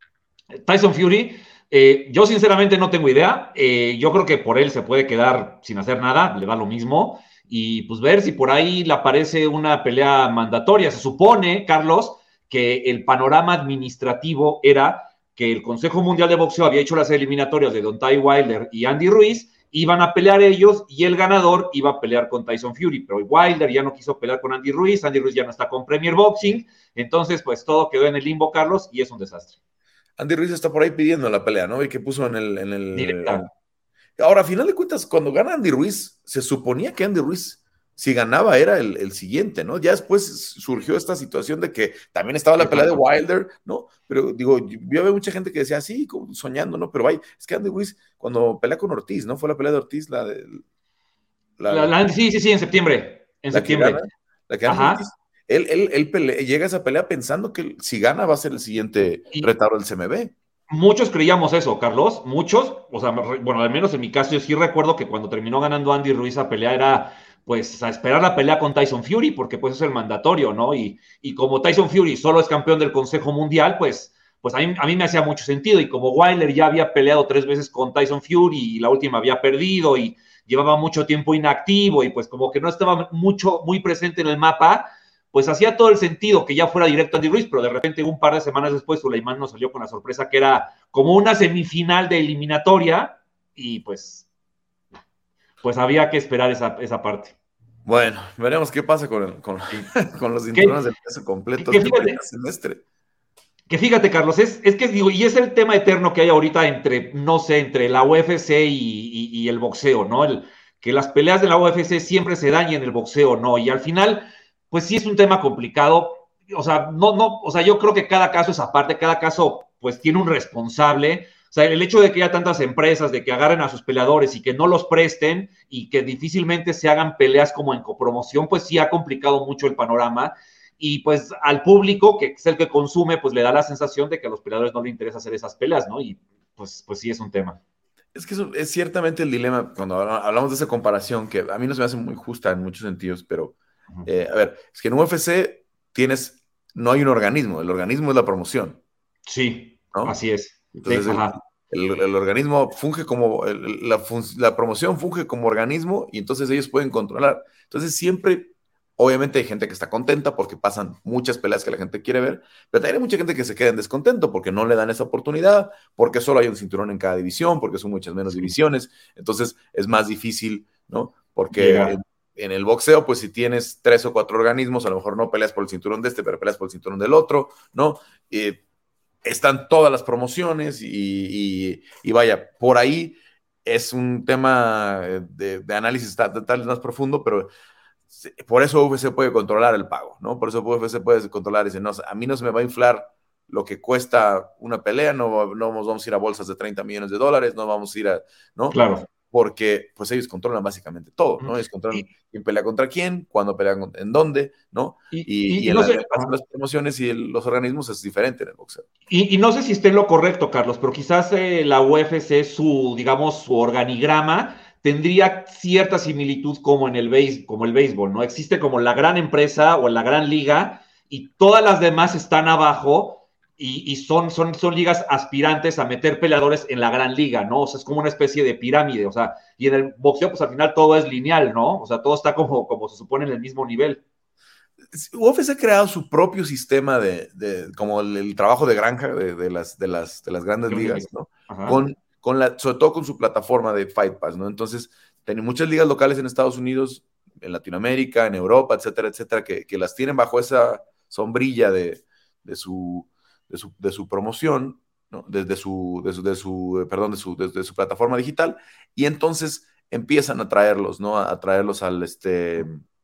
D: Tyson Fury... Eh, yo sinceramente no tengo idea, eh, yo creo que por él se puede quedar sin hacer nada, le da lo mismo, y pues ver si por ahí le aparece una pelea mandatoria. Se supone, Carlos, que el panorama administrativo era que el Consejo Mundial de Boxeo había hecho las eliminatorias de Deontay Wilder y Andy Ruiz, iban a pelear ellos y el ganador iba a pelear con Tyson Fury, pero Wilder ya no quiso pelear con Andy Ruiz, Andy Ruiz ya no está con Premier Boxing, entonces pues todo quedó en el limbo, Carlos, y es un desastre.
A: Andy Ruiz está por ahí pidiendo la pelea, ¿no? Y que puso en el... En el... Ahora, a final de cuentas, cuando gana Andy Ruiz, se suponía que Andy Ruiz, si ganaba, era el, el siguiente, ¿no? Ya después surgió esta situación de que también estaba la pelea de Wilder, ¿no? Pero digo, yo veo mucha gente que decía así, como soñando, ¿no? Pero vaya, es que Andy Ruiz, cuando pelea con Ortiz, ¿no? Fue la pelea de Ortiz, la de...
D: La, la, la, sí, sí, sí, en septiembre. En
A: la
D: septiembre.
A: Que gana, la que gana Ortiz. Él, él, él pelea, llega a esa pelea pensando que si gana va a ser el siguiente y retador del C M B.
D: Muchos creíamos eso, Carlos, muchos, o sea, bueno, al menos en mi caso yo sí recuerdo que cuando terminó ganando Andy Ruiz a pelea era, pues, a esperar la pelea con Tyson Fury, porque pues es el mandatorio, ¿no? Y, y como Tyson Fury solo es campeón del Consejo Mundial, pues, pues a mí, a mí me hacía mucho sentido, y como Wilder ya había peleado tres veces con Tyson Fury y la última había perdido y llevaba mucho tiempo inactivo y pues como que no estaba mucho, muy presente en el mapa, pues hacía todo el sentido que ya fuera directo Andy Ruiz, pero de repente un par de semanas después Sulaimán nos salió con la sorpresa que era como una semifinal de eliminatoria y pues, pues había que esperar esa, esa parte.
A: Bueno, veremos qué pasa con, el, con, con los cinturones del peso completo
D: del primer semestre. Que fíjate, Carlos, es, es que digo, y es el tema eterno que hay ahorita entre, no sé, entre la U F C y, y, y el boxeo, ¿no? El, que las peleas de la U F C siempre se dan y en el boxeo no, y al final pues sí es un tema complicado, o sea, no, no, o sea, yo creo que cada caso es aparte, cada caso pues tiene un responsable, o sea, el hecho de que haya tantas empresas, de que agarren a sus peleadores y que no los presten y que difícilmente se hagan peleas como en copromoción, pues sí ha complicado mucho el panorama y pues al público, que es el que consume, pues le da la sensación de que a los peleadores no les interesa hacer esas peleas, ¿no? Y pues, pues sí es un tema.
A: Es que eso es ciertamente el dilema cuando hablamos de esa comparación, que a mí no se me hace muy justa en muchos sentidos, pero Eh, a ver, es que en U F C tienes, no hay un organismo, el organismo es la promoción.
D: Sí, ¿no? Así es.
A: Entonces
D: sí,
A: el, el, el organismo funge como, el, la, la promoción funge como organismo y entonces ellos pueden controlar. Entonces siempre, obviamente hay gente que está contenta porque pasan muchas peleas que la gente quiere ver, pero también hay mucha gente que se queda en descontento porque no le dan esa oportunidad, porque solo hay un cinturón en cada división, porque son muchas menos divisiones, entonces es más difícil, ¿no? Porque... Yeah. En el boxeo, pues si tienes tres o cuatro organismos, a lo mejor no peleas por el cinturón de este, pero peleas por el cinturón del otro, ¿no? Eh, están todas las promociones y, y, y vaya, por ahí es un tema de, de análisis tal vez más profundo, pero por eso U F C puede controlar el pago, ¿no? Por eso U F C puede controlar y decir, no, a mí no se me va a inflar lo que cuesta una pelea, no, no vamos a ir a bolsas de treinta millones de dólares, no vamos a ir a, ¿no?
D: Claro.
A: Porque pues ellos controlan básicamente todo, ¿no? Ellos controlan y, quién pelea contra quién, cuándo pelean en dónde, ¿no? Y, y, y, y en no la, sé, las promociones y el, los organismos es diferente en el boxeo.
D: Y, y no sé si esté en lo correcto, Carlos, pero quizás eh, la U F C, su, digamos, su organigrama tendría cierta similitud como en el, béis, como el béisbol, ¿no? Existe como la gran empresa o la gran liga y todas las demás están abajo y, y son, son, son ligas aspirantes a meter peleadores en la gran liga, ¿no? O sea, es como una especie de pirámide, o sea, y en el boxeo, pues al final todo es lineal, ¿no? O sea, todo está como, como se supone en el mismo nivel.
A: U F C ha creado su propio sistema de, de como el, el, trabajo de granja de, de, las, de, las, de las grandes ligas, ¿no? Con, con la, sobre todo con su plataforma de Fight Pass, ¿no? Entonces, tienen muchas ligas locales en Estados Unidos, en Latinoamérica, en Europa, etcétera, etcétera, que, que las tienen bajo esa sombrilla de, de, su, de, su, de su promoción, ¿no? Desde su, de su, de su, perdón, de su, desde su plataforma digital, y entonces empiezan a traerlos, ¿no? A, a traerlos al, este...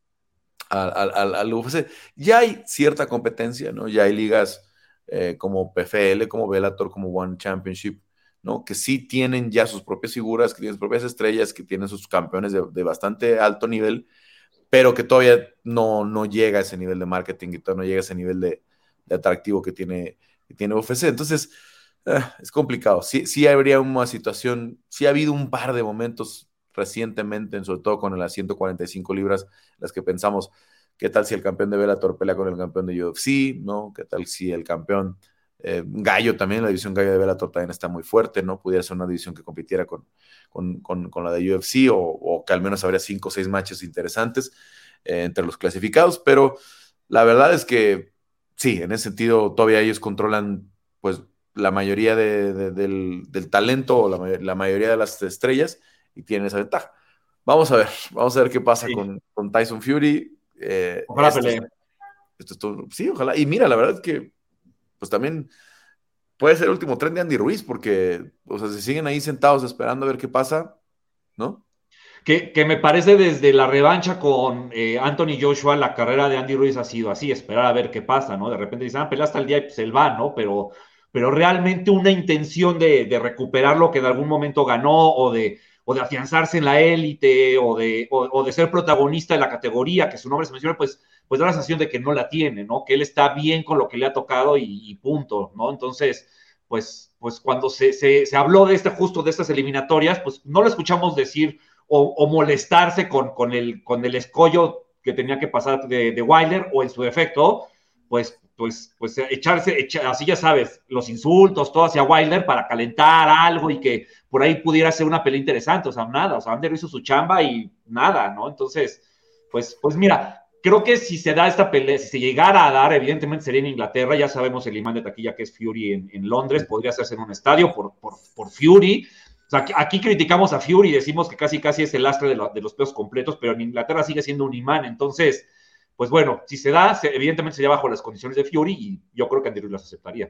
A: Al, al, al U F C. Ya hay cierta competencia, ¿no? Ya hay ligas eh, como P F L, como Bellator, como One Championship, ¿no? Que sí tienen ya sus propias figuras, que tienen sus propias estrellas, que tienen sus campeones de, de bastante alto nivel, pero que todavía no, no llega a ese nivel de marketing y todavía no llega a ese nivel de, de atractivo que tiene, que tiene U F C. Entonces, eh, es complicado. Sí, sí habría una situación, sí ha habido un par de momentos recientemente, sobre todo con las ciento cuarenta y cinco libras, las que pensamos, ¿qué tal si el campeón de Bellator pelea con el campeón de U F C? ¿No? ¿Qué tal si el campeón eh, Gallo también, la división Gallo de Bellator también está muy fuerte, ¿no? Pudiera ser una división que compitiera con, con, con, con la de U F C o, o que al menos habría cinco o seis matches interesantes eh, entre los clasificados, pero la verdad es que sí, en ese sentido todavía ellos controlan pues la mayoría de, de, del, del talento o la, la mayoría de las estrellas y tienen esa ventaja. Vamos a ver, vamos a ver qué pasa sí. con, con Tyson Fury. Eh,
D: ojalá esto, pelee.
A: Esto es todo, sí, ojalá. Y mira, la verdad es que pues también puede ser el último tren de Andy Ruiz, porque, o sea, se siguen ahí sentados esperando a ver qué pasa, ¿no?
D: Que, que me parece desde la revancha con eh, Anthony Joshua, la carrera de Andy Ruiz ha sido así, esperar a ver qué pasa, ¿no? De repente dicen, ah, pelea hasta el día y pues él va, ¿no? Pero, pero realmente una intención de, de recuperar lo que en algún momento ganó o de, o de afianzarse en la élite o de, o, o de ser protagonista de la categoría, que su nombre se menciona, pues, pues da la sensación de que no la tiene, ¿no? Que él está bien con lo que le ha tocado y, y punto, ¿no? Entonces, pues, pues cuando se, se, se habló de este, justo de estas eliminatorias, pues no lo escuchamos decir o, o molestarse con, con, el, con el escollo que tenía que pasar de, de Wilder, o en su defecto, pues, pues, pues echarse, echar, así ya sabes, los insultos, todo hacia Wilder para calentar algo y que por ahí pudiera ser una pelea interesante, o sea, nada, o sea, Ander hizo su chamba y nada, ¿no? Entonces, pues, pues mira, creo que si se da esta pelea, si se llegara a dar, evidentemente sería en Inglaterra, ya sabemos el imán de taquilla que es Fury en, en Londres, podría hacerse en un estadio por, por, por Fury. O sea, aquí, aquí criticamos a Fury y decimos que casi casi es el lastre de, lo, de los pesos completos, pero en Inglaterra sigue siendo un imán. Entonces, pues bueno, si se da, se, evidentemente sería bajo las condiciones de Fury y yo creo que Andy Ruiz las aceptaría.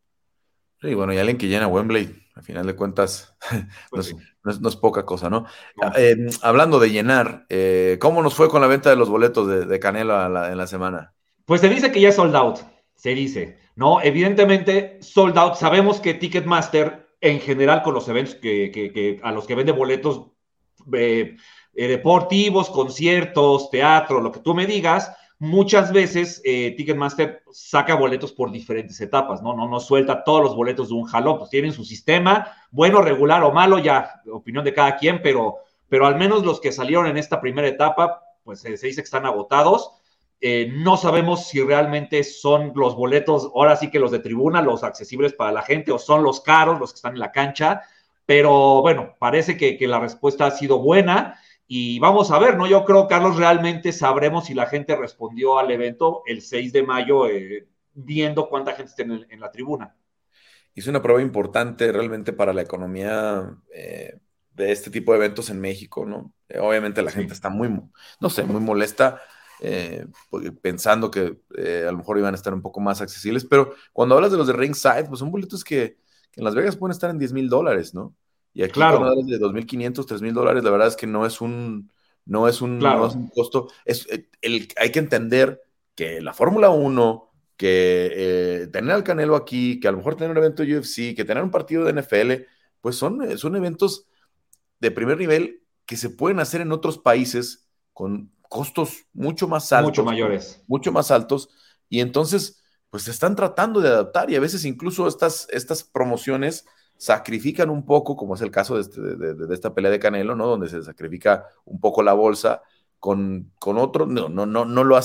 A: Sí, bueno, y alguien que llena Wembley, al final de cuentas, pues no, es, sí. no, es, no es poca cosa, ¿no? no. Eh, hablando de llenar, eh, ¿cómo nos fue con la venta de los boletos de, de Canelo a la, en la semana?
D: Pues se dice que ya es sold out, se dice, ¿no? Evidentemente, sold out. Sabemos que Ticketmaster, en general, con los eventos que, que, que a los que vende boletos eh, eh, deportivos, conciertos, teatro, lo que tú me digas, muchas veces eh, Ticketmaster saca boletos por diferentes etapas, ¿no? No, no suelta todos los boletos de un jalón, pues tienen su sistema, bueno, regular o malo, ya, opinión de cada quien, pero, pero al menos los que salieron en esta primera etapa, pues eh, se dice que están agotados. Eh, no sabemos si realmente son los boletos, ahora sí que los de tribuna, los accesibles para la gente, o son los caros, los que están en la cancha, pero bueno, parece que, que la respuesta ha sido buena. Y vamos a ver, ¿no? Yo creo, Carlos, realmente sabremos si la gente respondió al evento el seis de mayo, eh, viendo cuánta gente está en, en la tribuna.
A: Es una prueba importante realmente para la economía eh, de este tipo de eventos en México, ¿no? Eh, obviamente la sí. gente está muy, no sé, muy molesta, eh, pensando que eh, a lo mejor iban a estar un poco más accesibles, pero cuando hablas de los de ringside, pues son boletos que, que en Las Vegas pueden estar en diez mil dólares, ¿no? Y aquí claro. cuando hablas de dos mil quinientos, tres mil dólares, la verdad es que no es un, no es un, claro. no es un costo. Es, el, hay que entender que la Fórmula uno, que eh, tener al Canelo aquí, que a lo mejor tener un evento de U F C, que tener un partido de N F L, pues son, son eventos de primer nivel que se pueden hacer en otros países con costos mucho más altos.
D: Mucho mayores.
A: Mucho más altos. Y entonces, pues se están tratando de adaptar y a veces incluso estas, estas promociones sacrifican un poco, como es el caso de, este, de, de, de esta pelea de Canelo, ¿no? Donde se sacrifica un poco la bolsa con, con otro, no, no, no, no lo hacen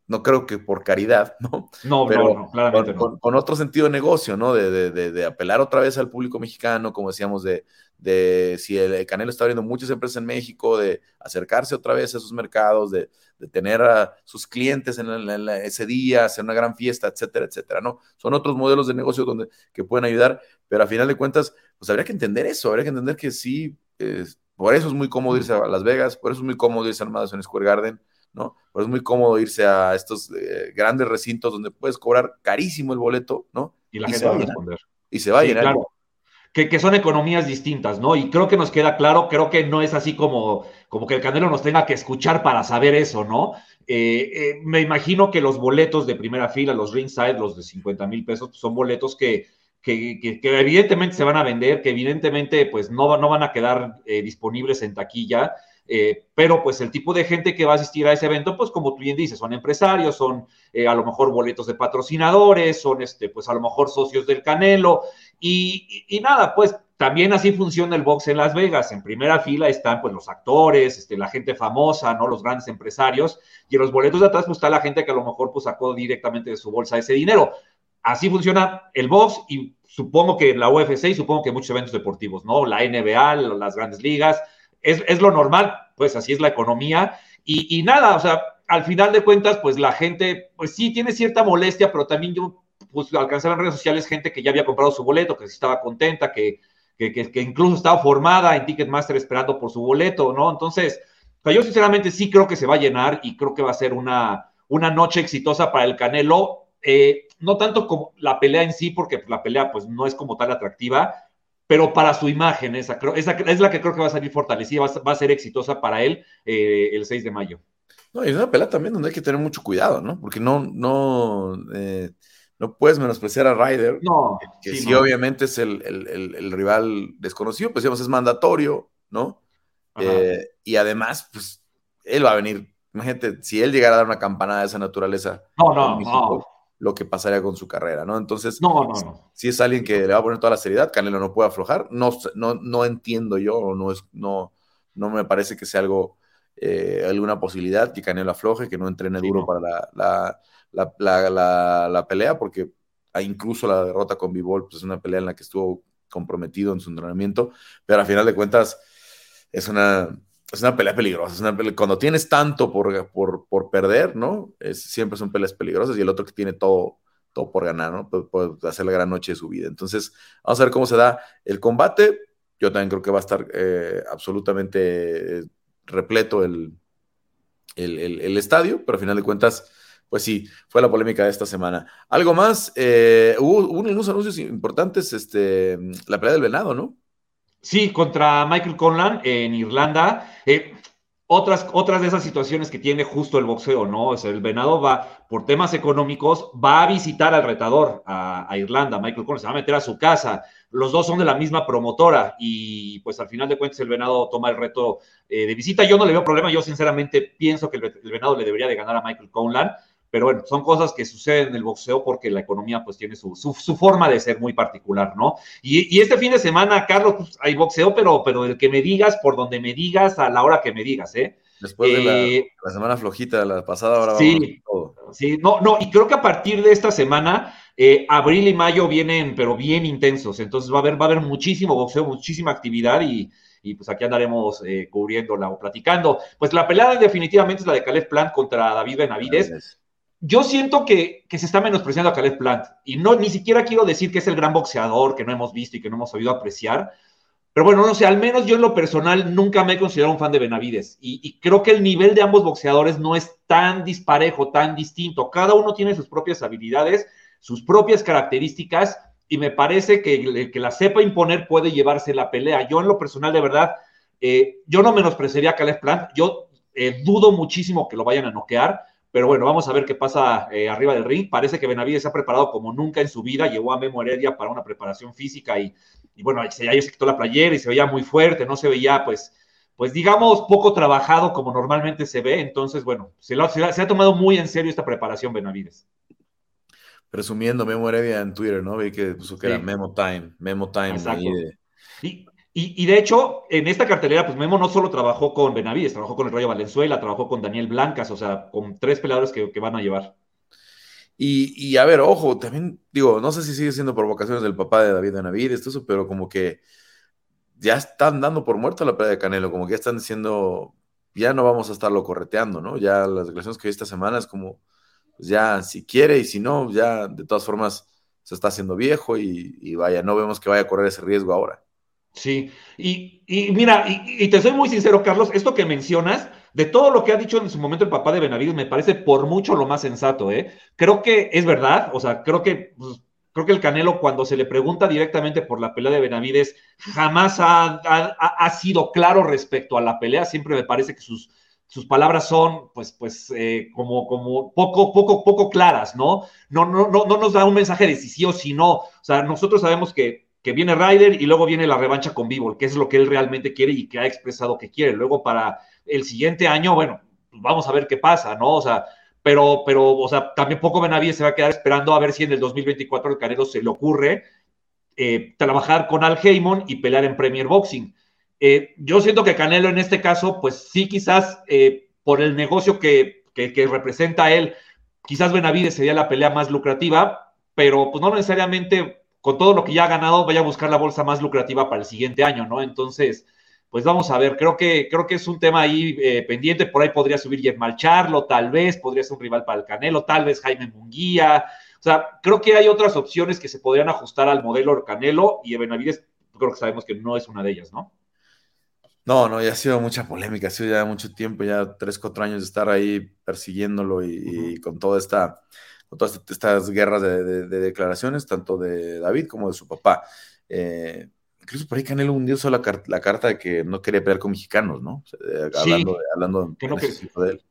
A: no creo que por caridad, ¿no?
D: No,
A: Pero
D: no, no, claramente
A: con,
D: no.
A: con, con otro sentido de negocio, ¿no? De, de, de, de apelar otra vez al público mexicano, como decíamos, de, de si el, el Canelo está abriendo muchas empresas en México, de acercarse otra vez a esos mercados, de, de tener a sus clientes en, el, en la, ese día, hacer una gran fiesta, etcétera, etcétera, ¿no? Son otros modelos de negocio donde, que pueden ayudar, pero a final de cuentas, pues habría que entender eso, habría que entender que sí, eh, por eso es muy cómodo irse a Las Vegas, por eso es muy cómodo irse al Madison Square Garden, ¿no? Pero es muy cómodo irse a estos eh, grandes recintos donde puedes cobrar carísimo el boleto, ¿no?
D: Y la
A: Y
D: gente
A: se va
D: va
A: a
D: a
A: llenar.
D: responder.
A: Y se va a
D: Sí,
A: llenar.
D: claro. Que, que son economías distintas, ¿no? Y creo que nos queda claro, creo que no es así como, como que el Canelo nos tenga que escuchar para saber eso, ¿no? Eh, eh, me imagino que los boletos de primera fila, los ringside, los de cincuenta mil pesos, pues son boletos que, que, que, que evidentemente se van a vender, que evidentemente pues no, no van a quedar eh, disponibles en taquilla, eh, pero pues el tipo de gente que va a asistir a ese evento, pues como tú bien dices, son empresarios, son eh, a lo mejor boletos de patrocinadores, son este, pues a lo mejor socios del Canelo, y, y, y nada, pues también así funciona el box en Las Vegas. En primera fila están pues los actores, este, la gente famosa, ¿no? Los grandes empresarios, y en los boletos de atrás pues está la gente que a lo mejor pues sacó directamente de su bolsa ese dinero. Así funciona el box y supongo que la U F C y supongo que muchos eventos deportivos, ¿no? La N B A, las grandes ligas, es, es lo normal, pues así es la economía. Y, y nada, o sea, al final de cuentas, pues la gente, pues sí tiene cierta molestia, pero también yo, pues alcanzaba en redes sociales gente que ya había comprado su boleto, que sí estaba contenta, que, que, que, que incluso estaba formada en Ticketmaster esperando por su boleto, ¿no? Entonces, o sea, yo sinceramente sí creo que se va a llenar y creo que va a ser una, una noche exitosa para el Canelo, eh, no tanto como la pelea en sí, porque la pelea pues no es como tal atractiva, pero para su imagen, esa, esa es la que creo que va a salir fortalecida, va a, va a ser exitosa para él eh, el seis de mayo.
A: No, y es una pelea también donde hay que tener mucho cuidado, ¿no? Porque no, no, eh, no puedes menospreciar a Ryder,
D: no,
A: que
D: sí,
A: sí,
D: no.
A: obviamente es el, el, el, el rival desconocido, pues digamos, es mandatorio, ¿no? Eh, y además, pues, él va a venir, imagínate, si él llegara a dar una campanada de esa naturaleza
D: no,
A: en
D: no,
A: México,
D: no.
A: lo que pasaría con su carrera, ¿no? Entonces,
D: no, no, no.
A: si es alguien que le va a poner toda la seriedad, Canelo no puede aflojar, no, no, no entiendo yo, no, es, no, no me parece que sea algo, eh, alguna posibilidad que Canelo afloje, que no entrene
D: Sí,
A: duro
D: no.
A: para la, la, la, la, la, la pelea, porque incluso la derrota con Bivol, pues es una pelea en la que estuvo comprometido en su entrenamiento, pero al final de cuentas es una, es una pelea peligrosa, es una pelea, cuando tienes tanto por, por, por perder, ¿no? Es, siempre son peleas peligrosas, y el otro que tiene todo, todo por ganar, ¿no? Puede, puede hacer la gran noche de su vida. Entonces, vamos a ver cómo se da el combate. Yo también creo que va a estar eh, absolutamente eh, repleto el, el, el, el estadio, pero al final de cuentas, pues sí, fue la polémica de esta semana. ¿Algo más? Eh, hubo, hubo unos anuncios importantes, este, la pelea del venado, ¿no?
D: Sí, contra Michael Conlan en Irlanda. Eh, otras, otras de esas situaciones que tiene justo el boxeo, ¿no? O sea, el venado va, por temas económicos, va a visitar al retador a, a Irlanda, Michael Conlan, se va a meter a su casa. Los dos son de la misma promotora y pues al final de cuentas el venado toma el reto eh, de visita. Yo no le veo problema, yo sinceramente pienso que el, el venado le debería de ganar a Michael Conlan. Pero bueno, son cosas que suceden en el boxeo porque la economía pues tiene su, su, su forma de ser muy particular, ¿no? Y, y este fin de semana, Carlos, pues, hay boxeo, pero, pero el que me digas, por donde me digas, a la hora que me digas, ¿eh?
A: Después
D: eh,
A: de la, la semana flojita de la pasada, ahora
D: sí,
A: vamos a todo.
D: Sí, no, no, y creo que a partir de esta semana, eh, abril y mayo vienen, pero bien intensos, entonces va a haber, va a haber muchísimo boxeo, muchísima actividad y, y pues aquí andaremos eh, cubriéndola o platicando. Pues la pelea definitivamente es la de Caleb Plant contra David Benavides. Yo siento que, que se está menospreciando a Caleb Plant y no, ni siquiera quiero decir que es el gran boxeador que no hemos visto y que no hemos sabido apreciar, pero bueno, no sé, al menos yo en lo personal nunca me he considerado un fan de Benavides y, y creo que el nivel de ambos boxeadores no es tan disparejo, tan distinto. Cada uno tiene sus propias habilidades, sus propias características y me parece que el que la sepa imponer puede llevarse la pelea. Yo en lo personal, de verdad, eh, yo no menospreciaría a Caleb Plant, yo eh, dudo muchísimo que lo vayan a noquear. Pero bueno, vamos a ver qué pasa eh, arriba del ring. Parece que Benavides se ha preparado como nunca en su vida. Llevó a Memo Heredia para una preparación física y, y bueno, se, ya se quitó la playera y se veía muy fuerte. No se veía, pues, pues digamos, poco trabajado como normalmente se ve. Entonces, bueno, se, lo, se, se ha tomado muy en serio esta preparación Benavides.
A: Presumiendo Memo Heredia en Twitter, ¿no? Vi que puso que sí. Era Memo Time, Memo Time.
D: Exacto.
A: Ahí de...
D: Y, Y, y de hecho, en esta cartelera, pues Memo no solo trabajó con Benavides, trabajó con el Rayo Valenzuela, trabajó con Daniel Blancas, o sea, con tres peleadores que, que van a llevar.
A: Y, y a ver, ojo, también digo, no sé si sigue siendo provocaciones del papá de David Benavides, todo eso, pero como que ya están dando por muerto la pelea de Canelo, como que ya están diciendo, ya no vamos a estarlo correteando, ¿no? Ya las declaraciones que vi esta semana es como, pues ya si quiere y si no, ya de todas formas se está haciendo viejo y, y vaya, no vemos que vaya a correr ese riesgo ahora.
D: Sí, y, y mira, y, y te soy muy sincero, Carlos, esto que mencionas, de todo lo que ha dicho en su momento el papá de Benavides, me parece por mucho lo más sensato, ¿eh? Creo que es verdad, o sea, creo que, pues, creo que el Canelo, cuando se le pregunta directamente por la pelea de Benavides, jamás ha, ha, ha sido claro respecto a la pelea, siempre me parece que sus, sus palabras son, pues, pues, eh, como, como poco, poco, poco claras, ¿no? No, no, no, no nos da un mensaje de si sí o si no, o sea, nosotros sabemos que que viene Ryder y luego viene la revancha con Bivol, que es lo que él realmente quiere y que ha expresado que quiere. Luego para el siguiente año, bueno, pues vamos a ver qué pasa, ¿no? O sea, pero, pero, o sea, también poco Benavides se va a quedar esperando a ver si en el dos mil veinticuatro el Canelo se le ocurre eh, trabajar con Al Haymon y pelear en Premier Boxing. Eh, yo siento que Canelo en este caso, pues sí, quizás eh, por el negocio que, que, que representa él, quizás Benavides sería la pelea más lucrativa, pero pues no necesariamente con todo lo que ya ha ganado, vaya a buscar la bolsa más lucrativa para el siguiente año, ¿no? Entonces, pues vamos a ver, creo que, creo que es un tema ahí eh, pendiente, por ahí podría subir Yermal Charlo, tal vez, podría ser un rival para el Canelo, tal vez Jaime Munguía, o sea, creo que hay otras opciones que se podrían ajustar al modelo Canelo y Benavides, creo que sabemos que no es una de ellas, ¿no?
A: No, no, ya ha sido mucha polémica, ha sido ya mucho tiempo, ya tres, cuatro años de estar ahí persiguiéndolo y, uh-huh. y con toda esta... con todas estas guerras de, de, de declaraciones, tanto de David como de su papá. Eh, incluso por ahí Canelo un día usó la, car- la carta de que no quería pelear con mexicanos, ¿no? O sea, de, sí, hablando, de, hablando
D: que no
A: que... de él.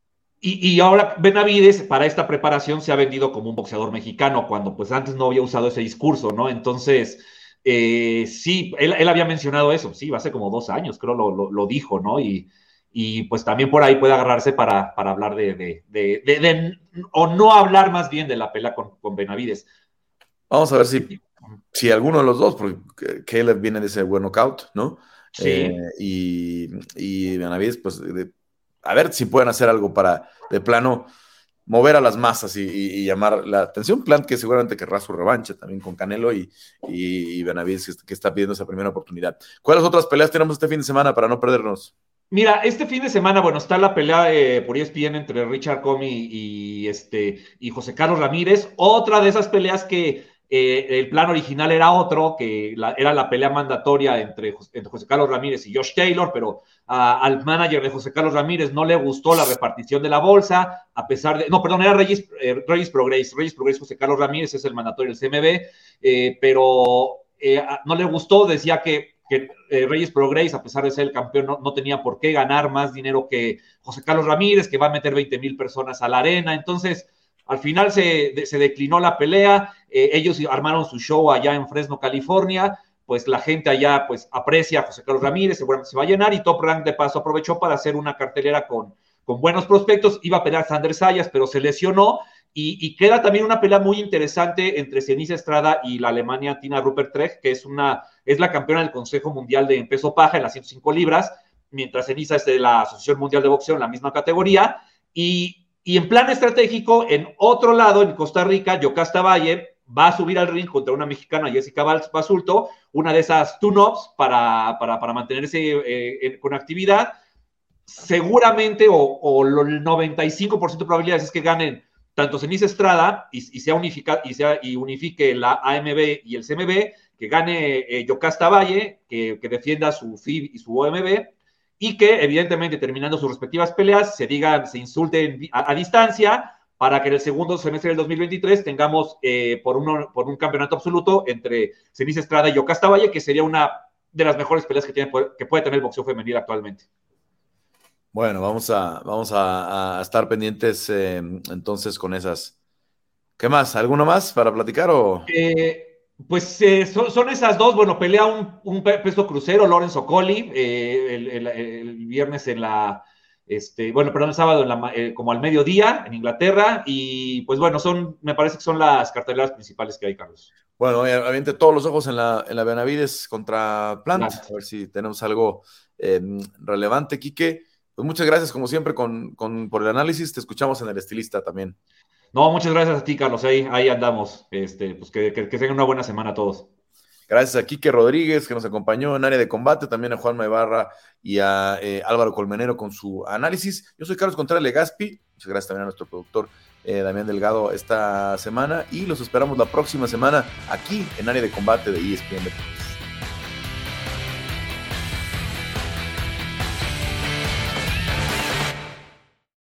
D: Y, y ahora Benavides para esta preparación se ha vendido como un boxeador mexicano, cuando pues antes no había usado ese discurso, ¿no? Entonces, eh, sí, él, él había mencionado eso, sí, hace como dos años, creo lo, lo, lo dijo, ¿no? Y, y pues también por ahí puede agarrarse para, para hablar de, de, de, de, de, o no hablar más bien de la pelea con, con Benavides.
A: Vamos a ver si, si alguno de los dos, porque Caleb viene de ese buen knockout, ¿no?
D: Sí.
A: Eh, y, y Benavides, pues, de, a ver si pueden hacer algo para, de plano, mover a las masas y, y, y llamar la atención. Plant que seguramente querrá su revancha también con Canelo y, y, y Benavides que está pidiendo esa primera oportunidad. ¿Cuáles otras peleas tenemos este fin de semana para no perdernos?
D: Mira, este fin de semana, bueno, está la pelea eh, por E S P N entre Richard Comey y, este, y José Carlos Ramírez. Otra de esas peleas que eh, el plan original era otro, que la, era la pelea mandatoria entre, entre José Carlos Ramírez y Josh Taylor, pero uh, al manager de José Carlos Ramírez no le gustó la repartición de la bolsa, a pesar de... No, perdón, era Regis, eh, Regis Prograis. Regis Prograis, José Carlos Ramírez es el mandatorio del C M B, eh, pero eh, no le gustó, decía que que eh, Reyes Prograis, a pesar de ser el campeón, no, no tenía por qué ganar más dinero que José Carlos Ramírez, que va a meter veinte mil personas a la arena. Entonces, al final se, de, se declinó la pelea, eh, ellos armaron su show allá en Fresno, California, pues la gente allá pues aprecia a José Carlos Ramírez, seguramente se va a llenar, y Top Rank de paso aprovechó para hacer una cartelera con, con buenos prospectos. Iba a pelear Sander Sayas, pero se lesionó. Y, y queda también una pelea muy interesante entre Zenisa Estrada y la Alemania Tina Rupert-Treg, que es, una, es la campeona del Consejo Mundial de Peso Paja en las ciento cinco libras, mientras Zenisa es de la Asociación Mundial de Boxeo en la misma categoría. Y, y en plan estratégico, en otro lado, en Costa Rica, Yocasta Valle va a subir al ring contra una mexicana, Jessica Basulto, una de esas tune-ups para, para, para mantenerse eh, con actividad. Seguramente, o, o el noventa y cinco por ciento de probabilidades es que ganen tanto Zenisa Estrada y, y, sea unifica, y, sea, y unifique la A M B y el C M B, que gane eh, Yocasta Valle, que, que defienda su F I B y su O M B, y que evidentemente terminando sus respectivas peleas se digan, se insulten a, a distancia, para que en el segundo semestre del dos mil veintitrés tengamos eh, por, uno, por un campeonato absoluto entre Zenisa Estrada y Yocasta Valle, que sería una de las mejores peleas que, tiene, que puede tener el boxeo femenil actualmente.
A: Bueno, vamos a, vamos a, a estar pendientes eh, entonces con esas. ¿Qué más? ¿Alguno más para platicar o...?
D: Eh, pues eh, son, son esas dos. Bueno, pelea un, un peso crucero, Lorenzo Colli, eh, el, el, el viernes en la, Este, bueno, perdón, el sábado en la, eh, como al mediodía en Inglaterra, y pues bueno, son, me parece que son las carteleras principales que hay, Carlos.
A: Bueno, obviamente todos los ojos en la, en la Benavides contra Plant, Plant, a ver si tenemos algo eh, relevante, Quique. Pues muchas gracias, como siempre, con, con, por el análisis. Te escuchamos en El Estilista también.
D: No, muchas gracias a ti, Carlos. Ahí, ahí andamos. Este, pues que, que, que tengan una buena semana a todos.
A: Gracias a Quique Rodríguez, que nos acompañó en Área de Combate, también a Juanma Ibarra y a eh, Álvaro Colmenero con su análisis. Yo soy Carlos Contreras Legaspi. Muchas gracias también a nuestro productor eh, Damián Delgado esta semana, y los esperamos la próxima semana aquí en Área de Combate de E S P N Deportes.